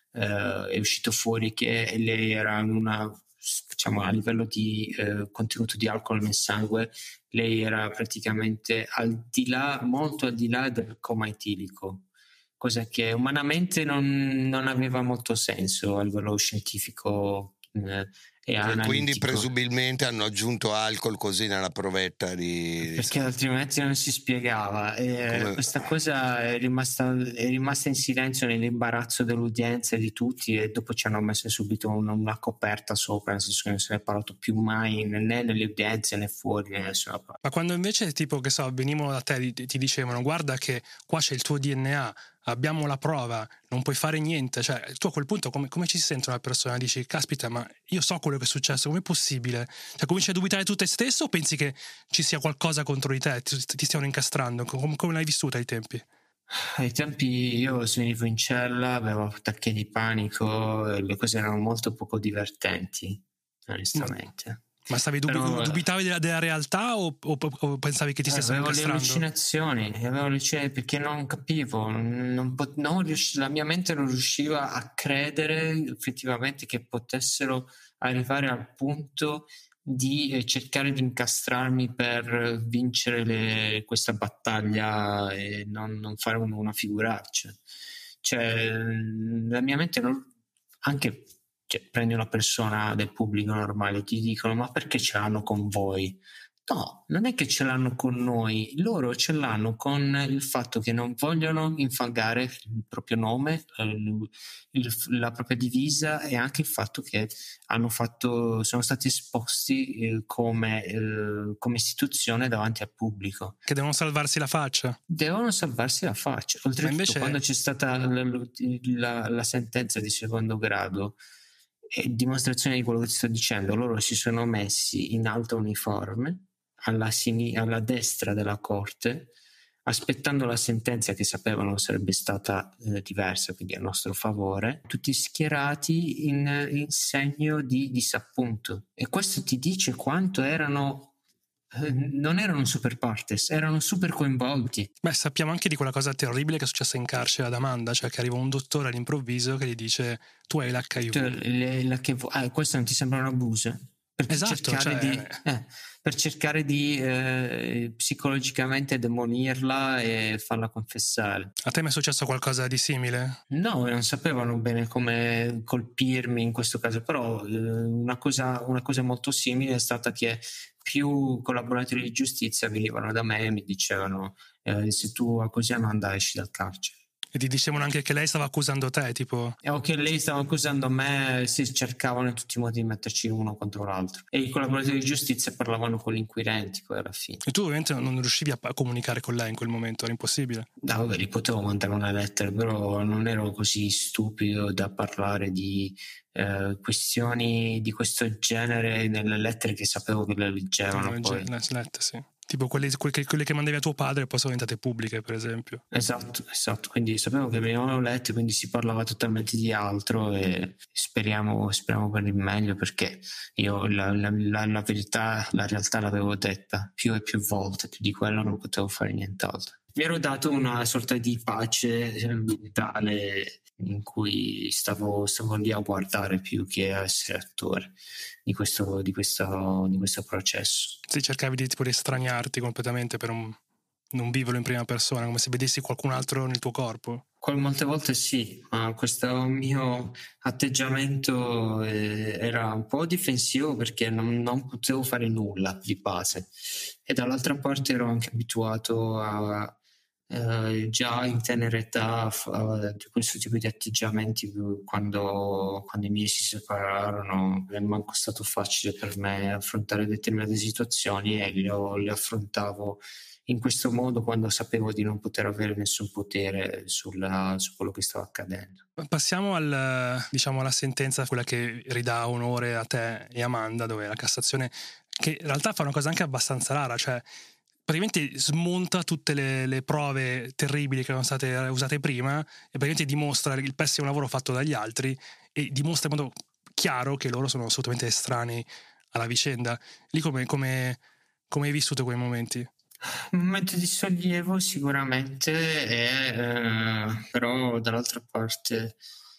eh, è uscito fuori che lei era in una, diciamo, a livello di eh, contenuto di alcol nel sangue, lei era praticamente al di là, molto al di là del coma etilico, cosa che umanamente non, non aveva molto senso a livello scientifico eh, e cioè, quindi presumibilmente hanno aggiunto alcol così nella provetta di... perché altrimenti non si spiegava e come... questa cosa è rimasta, è rimasta in silenzio nell'imbarazzo dell'udienza e di tutti, e dopo ci hanno messo subito una, una coperta sopra, nel senso che non se ne è parlato più mai né nelle udienze né fuori né nessuna parte. Ma quando invece tipo che so venivano da te ti dicevano guarda che qua c'è il tuo D N A, abbiamo la prova, non puoi fare niente, cioè tu a quel punto come, come ci si sente una persona? Dici caspita, ma io so quello che è successo, com'è possibile? Cioè cominci a dubitare tu te stesso o pensi che ci sia qualcosa contro di te, ti, ti stiano incastrando? Come, come l'hai vissuta ai tempi? Ai tempi io venivo in cella, avevo attacchi di panico, le cose erano molto poco divertenti, onestamente. Mm. Ma stavi dub- Però, dubitavi della, della realtà o, o, o pensavi che ti stesse incastrando? Avevo le allucinazioni, avevo allucinazioni perché non capivo, non, non riusci- la mia mente non riusciva a credere effettivamente che potessero arrivare al punto di eh, cercare di incastrarmi per vincere le, questa battaglia e non, non fare una, una figuraccia. Cioè, la mia mente non, anche cioè, prendi una persona del pubblico normale, ti dicono ma perché ce l'hanno con voi? No, non è che ce l'hanno con noi, loro ce l'hanno con il fatto che non vogliono infangare il proprio nome, il, il, la propria divisa, e anche il fatto che hanno fatto, sono stati esposti eh, come, eh, come istituzione davanti al pubblico. Che devono salvarsi la faccia. Devono salvarsi la faccia. Oltretutto, invece... quando c'è stata la, la, la sentenza di secondo grado, è dimostrazione di quello che ti sto dicendo, loro si sono messi in alta uniforme alla, sin- alla destra della corte, aspettando la sentenza che sapevano sarebbe stata eh, diversa, quindi a nostro favore, tutti schierati in, in segno di disappunto. E questo ti dice quanto erano eh, non erano super partes, erano super coinvolti. Beh, sappiamo anche di quella cosa terribile che è successa in carcere ad Amanda, cioè che arriva un dottore all'improvviso che gli dice tu hai l'H I V. Tu, le, l'H I V ah, questo non ti sembra un abuso? per Esatto, cercare cioè- di, eh, per cercare di eh, psicologicamente demonirla e farla confessare. A te mi è successo qualcosa di simile? No, non sapevano bene come colpirmi in questo caso, però eh, una cosa, una cosa molto simile è stata che più collaboratori di giustizia venivano da me e mi dicevano eh, se tu accusi Amanda esci dal carcere. E ti dicevano anche che lei stava accusando te, tipo... E o che lei stava accusando me, si cercavano in tutti i modi di metterci uno contro l'altro. E i collaboratori di giustizia parlavano con gli inquirenti poi alla fine. E tu ovviamente non riuscivi a pa- comunicare con lei in quel momento, era impossibile. No, vabbè, gli potevo mandare una lettera, però non ero così stupido da parlare di eh, questioni di questo genere nelle lettere che sapevo che le leggevano Le- poi. le lette, sì. Tipo quelle, quelle, quelle che mandavi a tuo padre poi sono diventate pubbliche, per esempio. Esatto, esatto, quindi sapevo che venivano lette, quindi si parlava totalmente di altro e speriamo, speriamo per il meglio, perché io la, la, la, la verità, la realtà l'avevo detta più e più volte, più di quello non potevo fare nient'altro. Mi ero dato una sorta di pace mentale in cui stavo, stavo lì a guardare più che a essere attore di questo, di questo, di questo processo. Se cercavi di, tipo, di estraniarti completamente per un, non viverlo in prima persona, come se vedessi qualcun altro nel tuo corpo. Qual- Molte volte sì, ma questo mio atteggiamento eh, era un po' difensivo perché non, non potevo fare nulla di base, e dall'altra parte ero anche abituato a eh, già in tenera età a fa- di questo tipo di atteggiamenti quando, quando i miei si separarono. Non è manco stato facile per me affrontare determinate situazioni e le, ho- le affrontavo in questo modo quando sapevo di non poter avere nessun potere sulla, su quello che stava accadendo. Passiamo al, diciamo, alla sentenza, quella che ridà onore a te e Amanda, dove la Cassazione, che in realtà fa una cosa anche abbastanza rara, cioè praticamente smonta tutte le, le prove terribili che erano state usate prima e praticamente dimostra il pessimo lavoro fatto dagli altri e dimostra in modo chiaro che loro sono assolutamente estranei alla vicenda. Lì come, come, come hai vissuto quei momenti? Un momento di sollievo sicuramente, e, eh, però dall'altra parte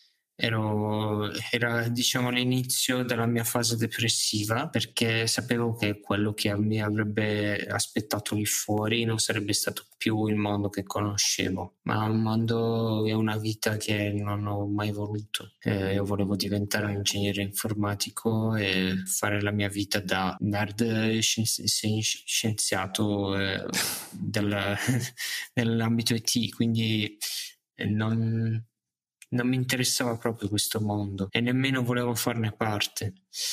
ero, era diciamo l'inizio della mia fase depressiva, perché sapevo che quello che mi avrebbe aspettato lì fuori non sarebbe stato più il mondo che conoscevo, ma un mondo e una vita che non ho mai voluto. Eh, io volevo diventare un ingegnere informatico e fare la mia vita da nerd sci- scienziato eh, del, nell'ambito I T, quindi eh, non non mi interessava proprio questo mondo e nemmeno volevo farne parte.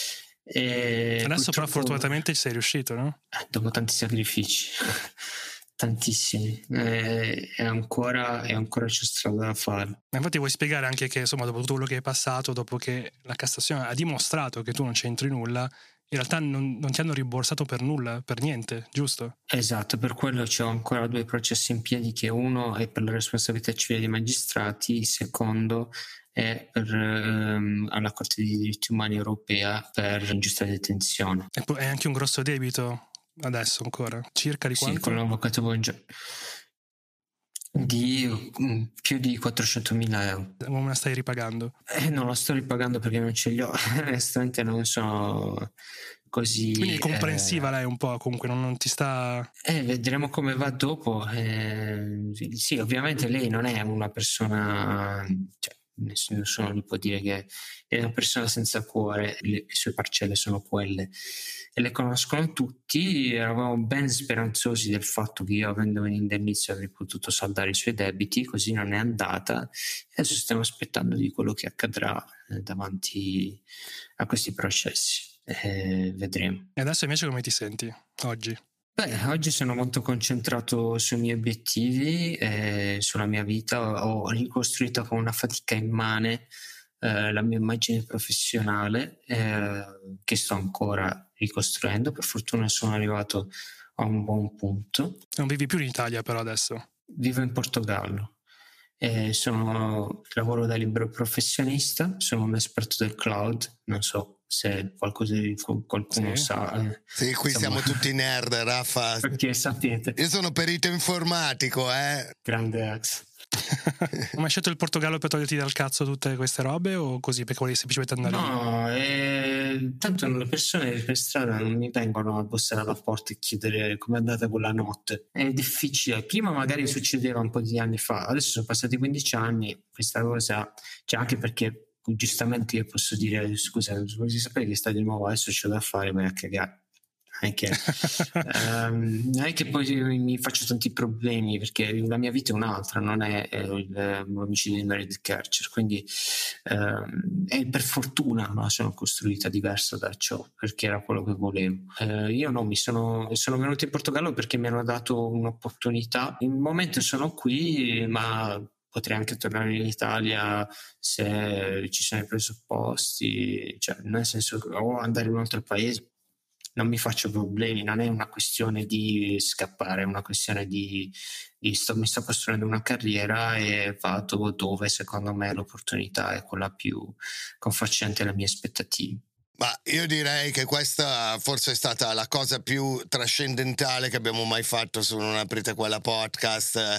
E Adesso però purtroppo, fortunatamente ci sei riuscito, no? dopo tanti sacrifici, tantissimi, e, e ancora, e ancora c'è strada da fare. Ma infatti vuoi spiegare anche che insomma dopo tutto quello che è passato, dopo che la Cassazione ha dimostrato che tu non c'entri nulla, in realtà non, non ti hanno rimborsato per nulla, per niente, giusto? Esatto, per quello c'ho ancora due processi in piedi, che uno è per la responsabilità civile dei magistrati, il secondo è per, ehm, alla Corte dei diritti umani europea per ingiusta detenzione. E poi è anche un grosso debito adesso ancora, circa di Sì, quanto? con l'avvocato Bongia. Di mm, più di quattrocentomila euro. Come la stai ripagando? Eh, non la sto ripagando perché non ce li ho, onestamente non sono così. Quindi è comprensiva eh, lei un po', comunque non, non ti sta... Eh, vedremo come va dopo. Eh, sì, ovviamente lei non è una persona, cioè, nessuno gli può dire che è una persona senza cuore, le, le sue parcelle sono quelle e le conoscono tutti. Eravamo ben speranzosi del fatto che io, avendo un indennizzo, avrei potuto saldare i suoi debiti, così non è andata. Adesso stiamo aspettando di quello che accadrà eh, davanti a questi processi. Eh, vedremo. E adesso invece come ti senti oggi? Beh, oggi sono molto concentrato sui miei obiettivi e sulla mia vita. Ho ricostruito con una fatica immane eh, la mia immagine professionale eh, che sto ancora ricostruendo. Per fortuna sono arrivato a un buon punto. Non vivi più in Italia però adesso? Vivo in Portogallo. E sono, lavoro da libero professionista, sono un esperto del cloud, non so se qualcosa di qualcuno Sì. sa. eh, Sì, qui insomma, siamo tutti nerd, Raffa. perché sapete, Io sono perito informatico, eh. grande ex. Ma hai scelto il Portogallo per toglierti dal cazzo tutte queste robe o così perché volevi semplicemente andare lì? No, eh, eh, tanto le persone per strada non mi vengono a bussare alla porta e chiedere come è andata quella notte. È difficile. Prima magari succedeva un po' di anni fa, adesso sono passati quindici anni, questa cosa, cioè anche perché giustamente io posso dire scusa, vuoi sapere che sta di nuovo, adesso c'ho da fare, ma a cagare. Non è che, um, non è che poi mi faccio tanti problemi, perché la mia vita è un'altra, non è, è l'omicidio di Meredith Kercher, quindi um, è per fortuna ma sono costruita diversa da ciò, perché era quello che volevo. Uh, io no, mi sono, sono venuto in Portogallo perché mi hanno dato un'opportunità. In un momento sono qui, ma potrei anche tornare in Italia se ci sono i presupposti, cioè nel senso, o andare in un altro paese. Non mi faccio problemi, non è una questione di scappare, è una questione di, di sto, mi sto costruendo una carriera e vado dove secondo me l'opportunità è quella più confacente alle mie aspettative. Ma io direi che questa forse è stata la cosa più trascendentale che abbiamo mai fatto su Non aprite quella podcast.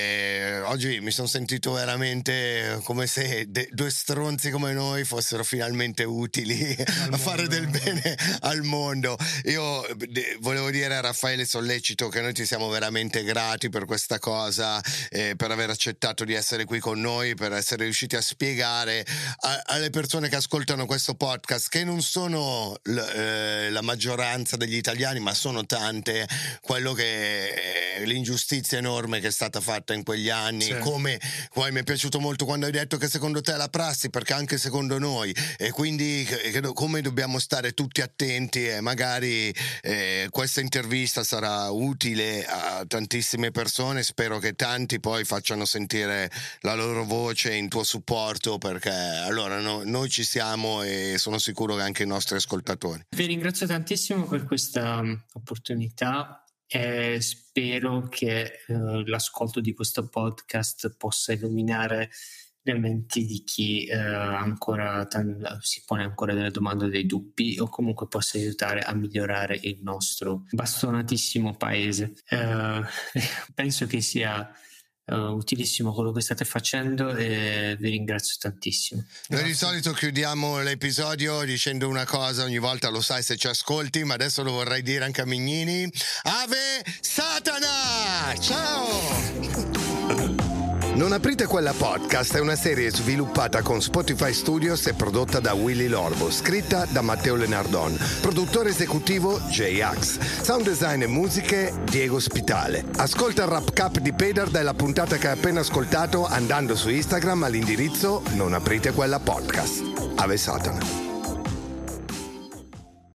E oggi mi sono sentito veramente come se de- due stronzi come noi fossero finalmente utili al a fare del bene al mondo. Io de- volevo dire a Raffaele Sollecito che noi ti siamo veramente grati per questa cosa, eh, per aver accettato di essere qui con noi, per essere riusciti a spiegare a- alle persone che ascoltano questo podcast, che non sono l- eh, la maggioranza degli italiani, ma sono tante, quello che eh, l'ingiustizia enorme che è stata fatta in quegli anni. Sì. Come poi mi è piaciuto molto quando hai detto che secondo te è la prassi, perché anche secondo noi, e quindi che, che, come dobbiamo stare tutti attenti, e magari eh, questa intervista sarà utile a tantissime persone. Spero che tanti poi facciano sentire la loro voce in tuo supporto, perché allora no, noi ci siamo e sono sicuro che anche i nostri ascoltatori. Vi ringrazio tantissimo per questa opportunità e spero che uh, l'ascolto di questo podcast possa illuminare le menti di chi uh, ancora tan- si pone ancora delle domande o dei dubbi, o comunque possa aiutare a migliorare il nostro bastonatissimo paese. Uh, penso che sia Uh, utilissimo quello che state facendo e vi ringrazio tantissimo. Noi di solito chiudiamo l'episodio dicendo una cosa ogni volta, lo sai se ci ascolti, ma adesso lo vorrei dire anche a Mignini: Ave Satana! Ciao! Non aprite quella podcast è una serie sviluppata con Spotify Studios e prodotta da Willy Lorbo, scritta da Matteo Lenardon, produttore esecutivo J-Ax, sound design e musiche Diego Spitale. Ascolta il Rap Cap di Pedar della puntata che hai appena ascoltato andando su Instagram all'indirizzo Non aprite quella podcast. Ave Satana.